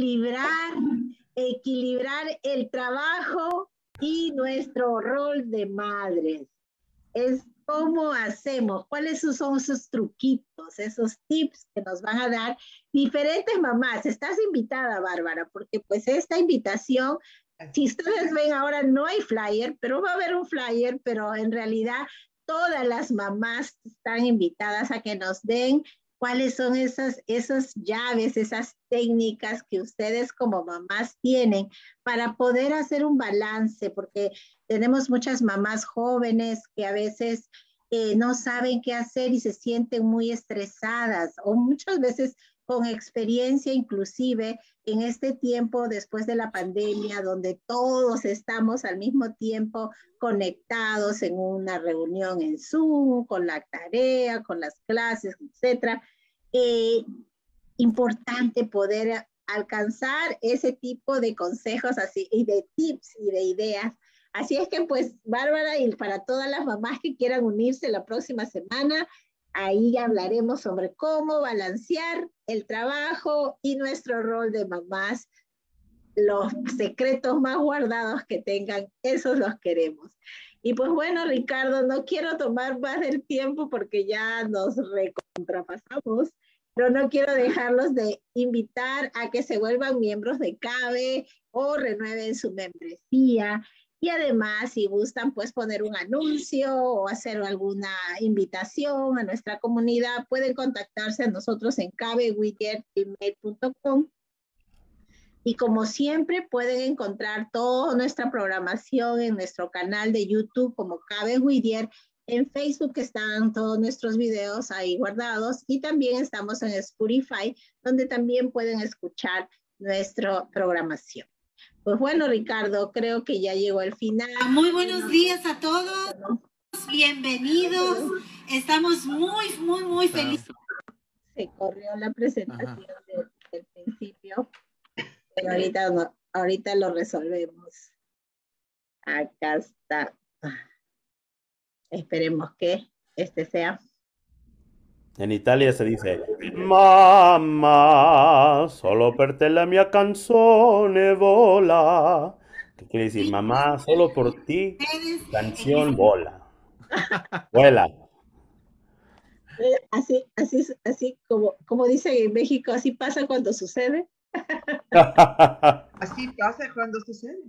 equilibrar el trabajo y nuestro rol de madres. Es cómo hacemos, cuáles son esos truquitos, esos tips que nos van a dar diferentes mamás. Estás invitada, Bárbara, porque pues esta invitación, si ustedes ven ahora no hay flyer, pero va a haber un flyer, pero en realidad todas las mamás están invitadas a que nos den cuáles son esas llaves, esas técnicas que ustedes como mamás tienen para poder hacer un balance, porque tenemos muchas mamás jóvenes que a veces no saben qué hacer y se sienten muy estresadas, o muchas veces con experiencia inclusive en este tiempo después de la pandemia, donde todos estamos al mismo tiempo conectados en una reunión en Zoom, con la tarea, con las clases, etc. Importante poder alcanzar ese tipo de consejos así, y de tips y de ideas. Así es que pues, Bárbara, y para todas las mamás que quieran unirse la próxima semana, ahí hablaremos sobre cómo balancear el trabajo y nuestro rol de mamás. Los secretos más guardados que tengan, esos los queremos. Y pues bueno, Ricardo, no quiero tomar más del tiempo porque ya nos recontrapasamos, pero no quiero dejarlos de invitar a que se vuelvan miembros de CABE o renueven su membresía. Y además, si gustan, pues poner un anuncio o hacer alguna invitación a nuestra comunidad, pueden contactarse a nosotros en cabewidget@gmail.com. Y como siempre, pueden encontrar toda nuestra programación en nuestro canal de YouTube como Cabe Whittier. En Facebook están todos nuestros videos ahí guardados. Y también estamos en Spotify, donde también pueden escuchar nuestra programación. Pues bueno, Ricardo, creo que ya llegó el final. Muy buenos días a todos. Bienvenidos. Estamos muy felices. Se corrió la presentación del principio. Pero ahorita lo resolvemos. Acá está. Esperemos que este sea. En Italia se dice, mamá, solo per te la mia canzone vola. ¿Qué quiere decir? Mamá, solo por ti, canción vola. Vuela. Así como dicen en México, así pasa cuando sucede. Así pasa cuando sucede.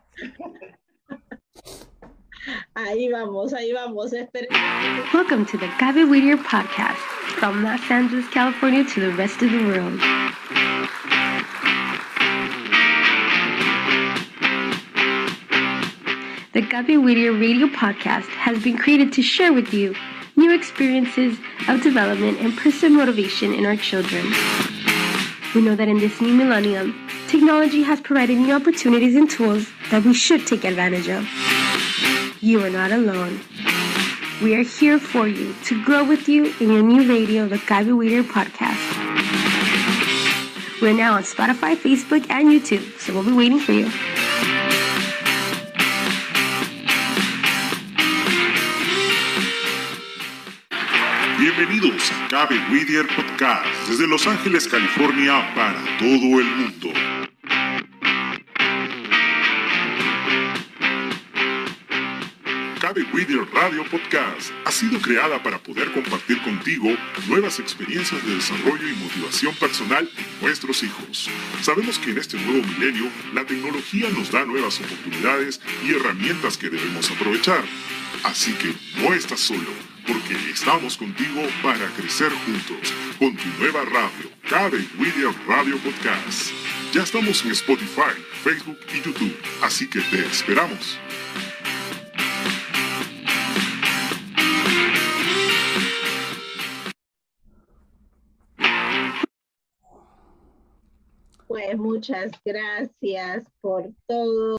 Ahí vamos. Welcome to the Cabe Whittier podcast, from Los Angeles, California to the rest of the world. The Cabe Whittier radio podcast has been created to share with you new experiences of development and personal motivation in our children. We know that in this new millennium, technology has provided new opportunities and tools that we should take advantage of. You are not alone. We are here for you to grow with you in your new radio, the Cabe Whittier podcast. We're now on Spotify, Facebook, and YouTube, so we'll be waiting for you. Bienvenidos a Cabe Whittier Podcast, desde Los Ángeles, California, para todo el mundo. Cabe Whittier Radio Podcast ha sido creada para poder compartir contigo nuevas experiencias de desarrollo y motivación personal en nuestros hijos. Sabemos que en este nuevo milenio, la tecnología nos da nuevas oportunidades y herramientas que debemos aprovechar. Así que no estás solo, porque estamos contigo para crecer juntos con tu nueva radio, Cabe Whittier Radio Podcast. Ya estamos en Spotify, Facebook y YouTube, así que te esperamos. Pues muchas gracias por todo.